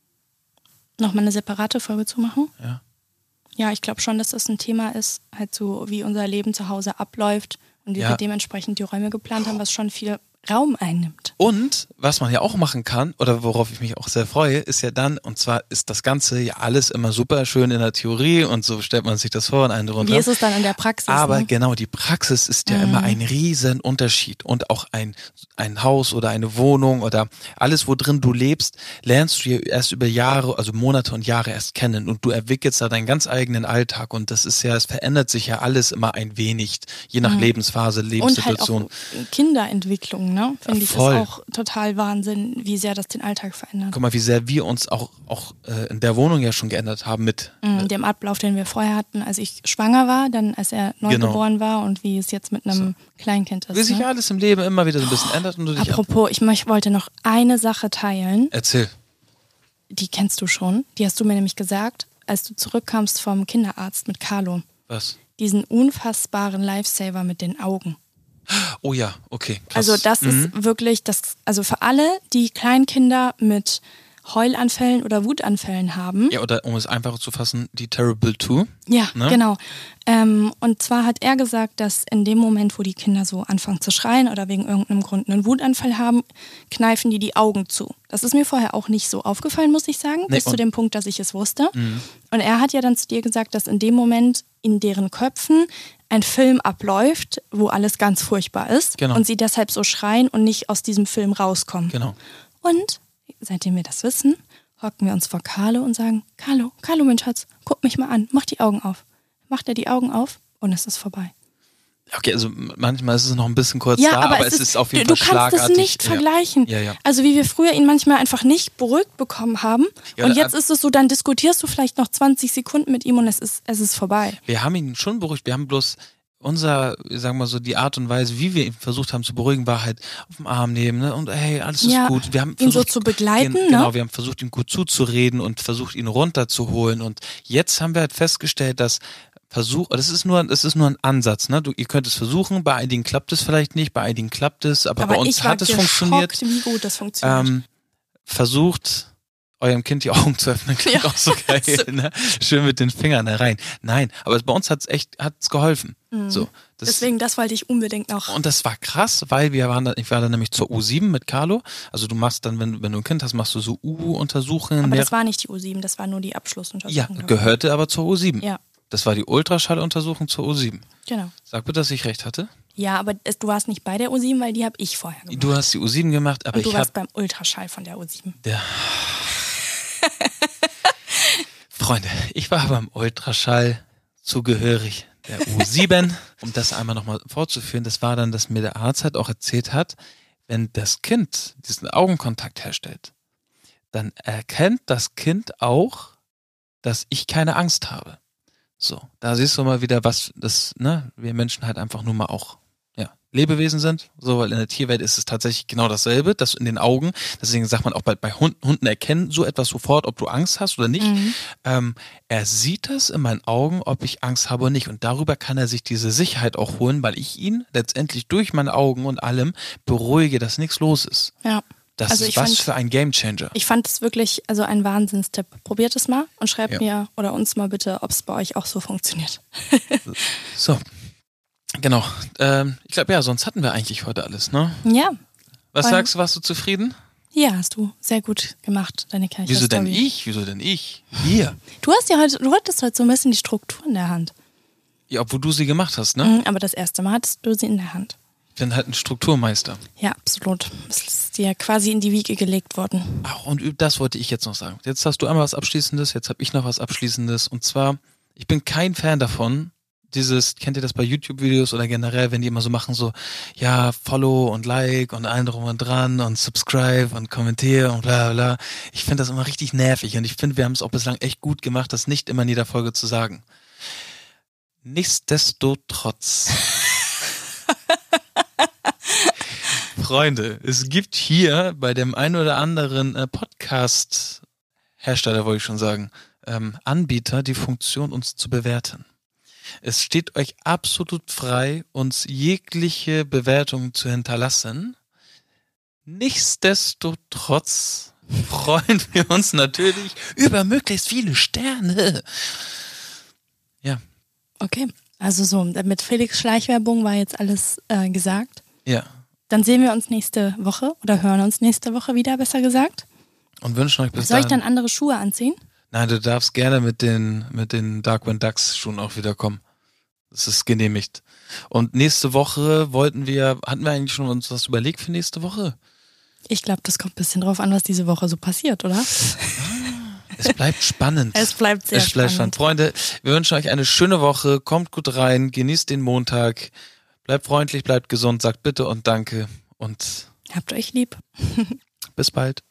Nochmal eine separate Folge zu machen? ja, Ja, ich glaube schon, dass das ein Thema ist, halt so, wie unser Leben zu Hause abläuft und wie Ja. wir dementsprechend die Räume geplant haben, was schon viel Raum einnimmt. Und was man ja auch machen kann, oder worauf ich mich auch sehr freue, ist ja dann, und zwar ist das Ganze ja alles immer super schön in der Theorie und so stellt man sich das vor und einen drunter. Wie ist es dann in der Praxis? Aber ne? genau, die Praxis ist ja Mhm. immer ein riesen Unterschied und auch ein, ein Haus oder eine Wohnung oder alles, wo drin du lebst, lernst du ja erst über Jahre, also Monate und Jahre erst kennen und du entwickelst da deinen ganz eigenen Alltag und das ist ja, es verändert sich ja alles immer ein wenig, je nach Mhm. Lebensphase, Und halt Lebenssituation. auch Kinderentwicklung, ne? Finde ich, ist voll. auch total Wahnsinn, wie sehr das den Alltag verändert. Guck mal, wie sehr wir uns auch, auch äh, in der Wohnung ja schon geändert haben mit Mhm, dem Ablauf, den wir vorher hatten, als ich schwanger war, dann als er neugeboren war und wie es jetzt mit einem Kleinkind ist. wie sich ne? alles im Leben immer wieder so ein bisschen ändert und du dich Apropos, ich möch- wollte noch eine Sache teilen, erzähl. die kennst du schon, die hast du mir nämlich gesagt, als du zurückkamst vom Kinderarzt mit Carlo. Was? Diesen unfassbaren Lifesaver mit den Augen. Oh ja, okay. Krass. Also das Mhm. ist wirklich, das, also für alle, die Kleinkinder mit Heulanfällen oder Wutanfällen haben. Ja, oder um es einfacher zu fassen, die Terrible Two. Ja, Ne? genau. Ähm, und zwar hat er gesagt, dass in dem Moment, wo die Kinder so anfangen zu schreien oder wegen irgendeinem Grund einen Wutanfall haben, kneifen die die Augen zu. Das ist mir vorher auch nicht so aufgefallen, muss ich sagen, Nee, bis zu und- dem Punkt, dass ich es wusste. Mhm. Und er hat ja dann zu dir gesagt, dass in dem Moment in deren Köpfen ein Film abläuft, wo alles ganz furchtbar ist Genau. und sie deshalb so schreien und nicht aus diesem Film rauskommen. Genau. Und seitdem wir das wissen, hocken wir uns vor Carlo und sagen, Carlo, Carlo, mein Schatz, guck mich mal an, mach die Augen auf. Macht er die Augen auf und es ist vorbei. Okay, also manchmal ist es noch ein bisschen kurz Ja, da, aber, aber, es es ist auf jeden du, Fall du kannst schlagartig. es nicht ja. vergleichen. Ja, ja. Also wie wir früher ihn manchmal einfach nicht beruhigt bekommen haben Ja, und oder jetzt ist es so, dann diskutierst du vielleicht noch zwanzig Sekunden mit ihm und es ist, es ist vorbei. Wir haben ihn schon beruhigt, wir haben bloß unser, sagen wir mal so, die Art und Weise, wie wir ihn versucht haben zu beruhigen, war halt auf dem Arm nehmen, ne? Und hey, alles ist Ja, gut. Wir haben ihn so versucht, zu begleiten, gen- ne? Genau, wir haben versucht, ihm gut zuzureden und versucht, ihn runterzuholen. Und jetzt haben wir halt festgestellt, dass Versuch, das ist nur, das ist nur ein Ansatz, ne? Du, ihr könnt es versuchen, bei einigen klappt es vielleicht nicht, bei einigen klappt es, aber, Aber bei uns ich war hat es geschockt, funktioniert. wie gut das funktioniert. Ähm, versucht eurem Kind die Augen zu öffnen, klingt ja, auch so geil, ne? Schön mit den Fingern da rein. Nein, aber bei uns hat's echt, hat's geholfen. Mhm. So, das, deswegen, das wollte ich unbedingt noch. Und das war krass, weil wir waren da, ich war da nämlich zur U sieben mit Carlo. Also du machst dann, wenn, wenn du ein Kind hast, machst du so U-Untersuchungen. Aber das war nicht die U sieben, das war nur die Abschlussuntersuchung. Ja, gehörte aber zur U sieben. Ja. Das war die Ultraschalluntersuchung zur U sieben. Genau. Sag bitte, dass ich recht hatte. Ja, aber es, du warst nicht bei der U sieben, weil die habe ich vorher gemacht. Du hast die U sieben gemacht, aber und du ich warst hab, beim Ultraschall von der U sieben. Der Freunde, ich war beim Ultraschall zugehörig der U sieben. Um das einmal nochmal fortzuführen, das war dann, dass mir der Arzt halt auch erzählt hat, wenn das Kind diesen Augenkontakt herstellt, dann erkennt das Kind auch, dass ich keine Angst habe. So, da siehst du mal wieder, was das, ne, wir Menschen halt einfach nur mal auch, ja, Lebewesen sind. So, weil in der Tierwelt ist es tatsächlich genau dasselbe, das in den Augen. Deswegen sagt man auch bei, bei Hunden, Hunden erkennen so etwas sofort, ob du Angst hast oder nicht. Mhm. Ähm, er sieht das in meinen Augen, ob ich Angst habe oder nicht. Und darüber kann er sich diese Sicherheit auch holen, weil ich ihn letztendlich durch meine Augen und allem beruhige, dass nichts los ist. Ja. Das also ist ich was fand, für ein Gamechanger. Ich fand es wirklich also ein Wahnsinnstipp. Probiert es mal und schreibt ja. mir oder uns mal bitte, ob es bei euch auch so funktioniert. So, genau. Ähm, ich glaube, ja, sonst hatten wir eigentlich heute alles, ne? Ja. Was und sagst du, warst du zufrieden? Ja, hast du sehr gut gemacht, deine Kirche. Wieso denn ich? Wieso denn ich? Hier. Du hast ja heute, du hattest heute so ein bisschen die Struktur in der Hand. Ja, obwohl du sie gemacht hast, ne? Mhm, aber das erste Mal hattest du sie in der Hand. Ich bin halt ein Strukturmeister. Ja, absolut. Es ist dir quasi in die Wiege gelegt worden. Ach, und das wollte ich jetzt noch sagen. Jetzt hast du einmal was Abschließendes, jetzt habe ich noch was Abschließendes. Und zwar, ich bin kein Fan davon, dieses, kennt ihr das bei YouTube-Videos oder generell, wenn die immer so machen, so, ja, Follow und Like und allen drum und dran und Subscribe und kommentiere und bla bla. Ich finde das immer richtig nervig und ich finde, wir haben es auch bislang echt gut gemacht, das nicht immer in jeder Folge zu sagen. Nichtsdestotrotz. Freunde, es gibt hier bei dem einen oder anderen äh, Podcast-Hersteller, wollte ich schon sagen, ähm, Anbieter, die Funktion, uns zu bewerten. Es steht euch absolut frei, uns jegliche Bewertungen zu hinterlassen. Nichtsdestotrotz freuen wir uns natürlich über möglichst viele Sterne. Ja. Okay, also so, mit Felix Schleichwerbung war jetzt alles äh, gesagt. Ja. Dann sehen wir uns nächste Woche oder hören uns nächste Woche wieder, besser gesagt. Und wünschen euch bis Soll dahin. ich dann andere Schuhe anziehen? Nein, du darfst gerne mit den, mit den Darkwing Ducks Schuhen auch wieder kommen. Das ist genehmigt. Und nächste Woche wollten wir, hatten wir eigentlich schon uns was überlegt für nächste Woche? Ich glaube, das kommt ein bisschen drauf an, was diese Woche so passiert, oder? Es bleibt spannend. Es bleibt sehr es bleibt spannend. spannend. Freunde, wir wünschen euch eine schöne Woche. Kommt gut rein, genießt den Montag. Bleibt freundlich, bleibt gesund, sagt bitte und danke und habt euch lieb. Bis bald.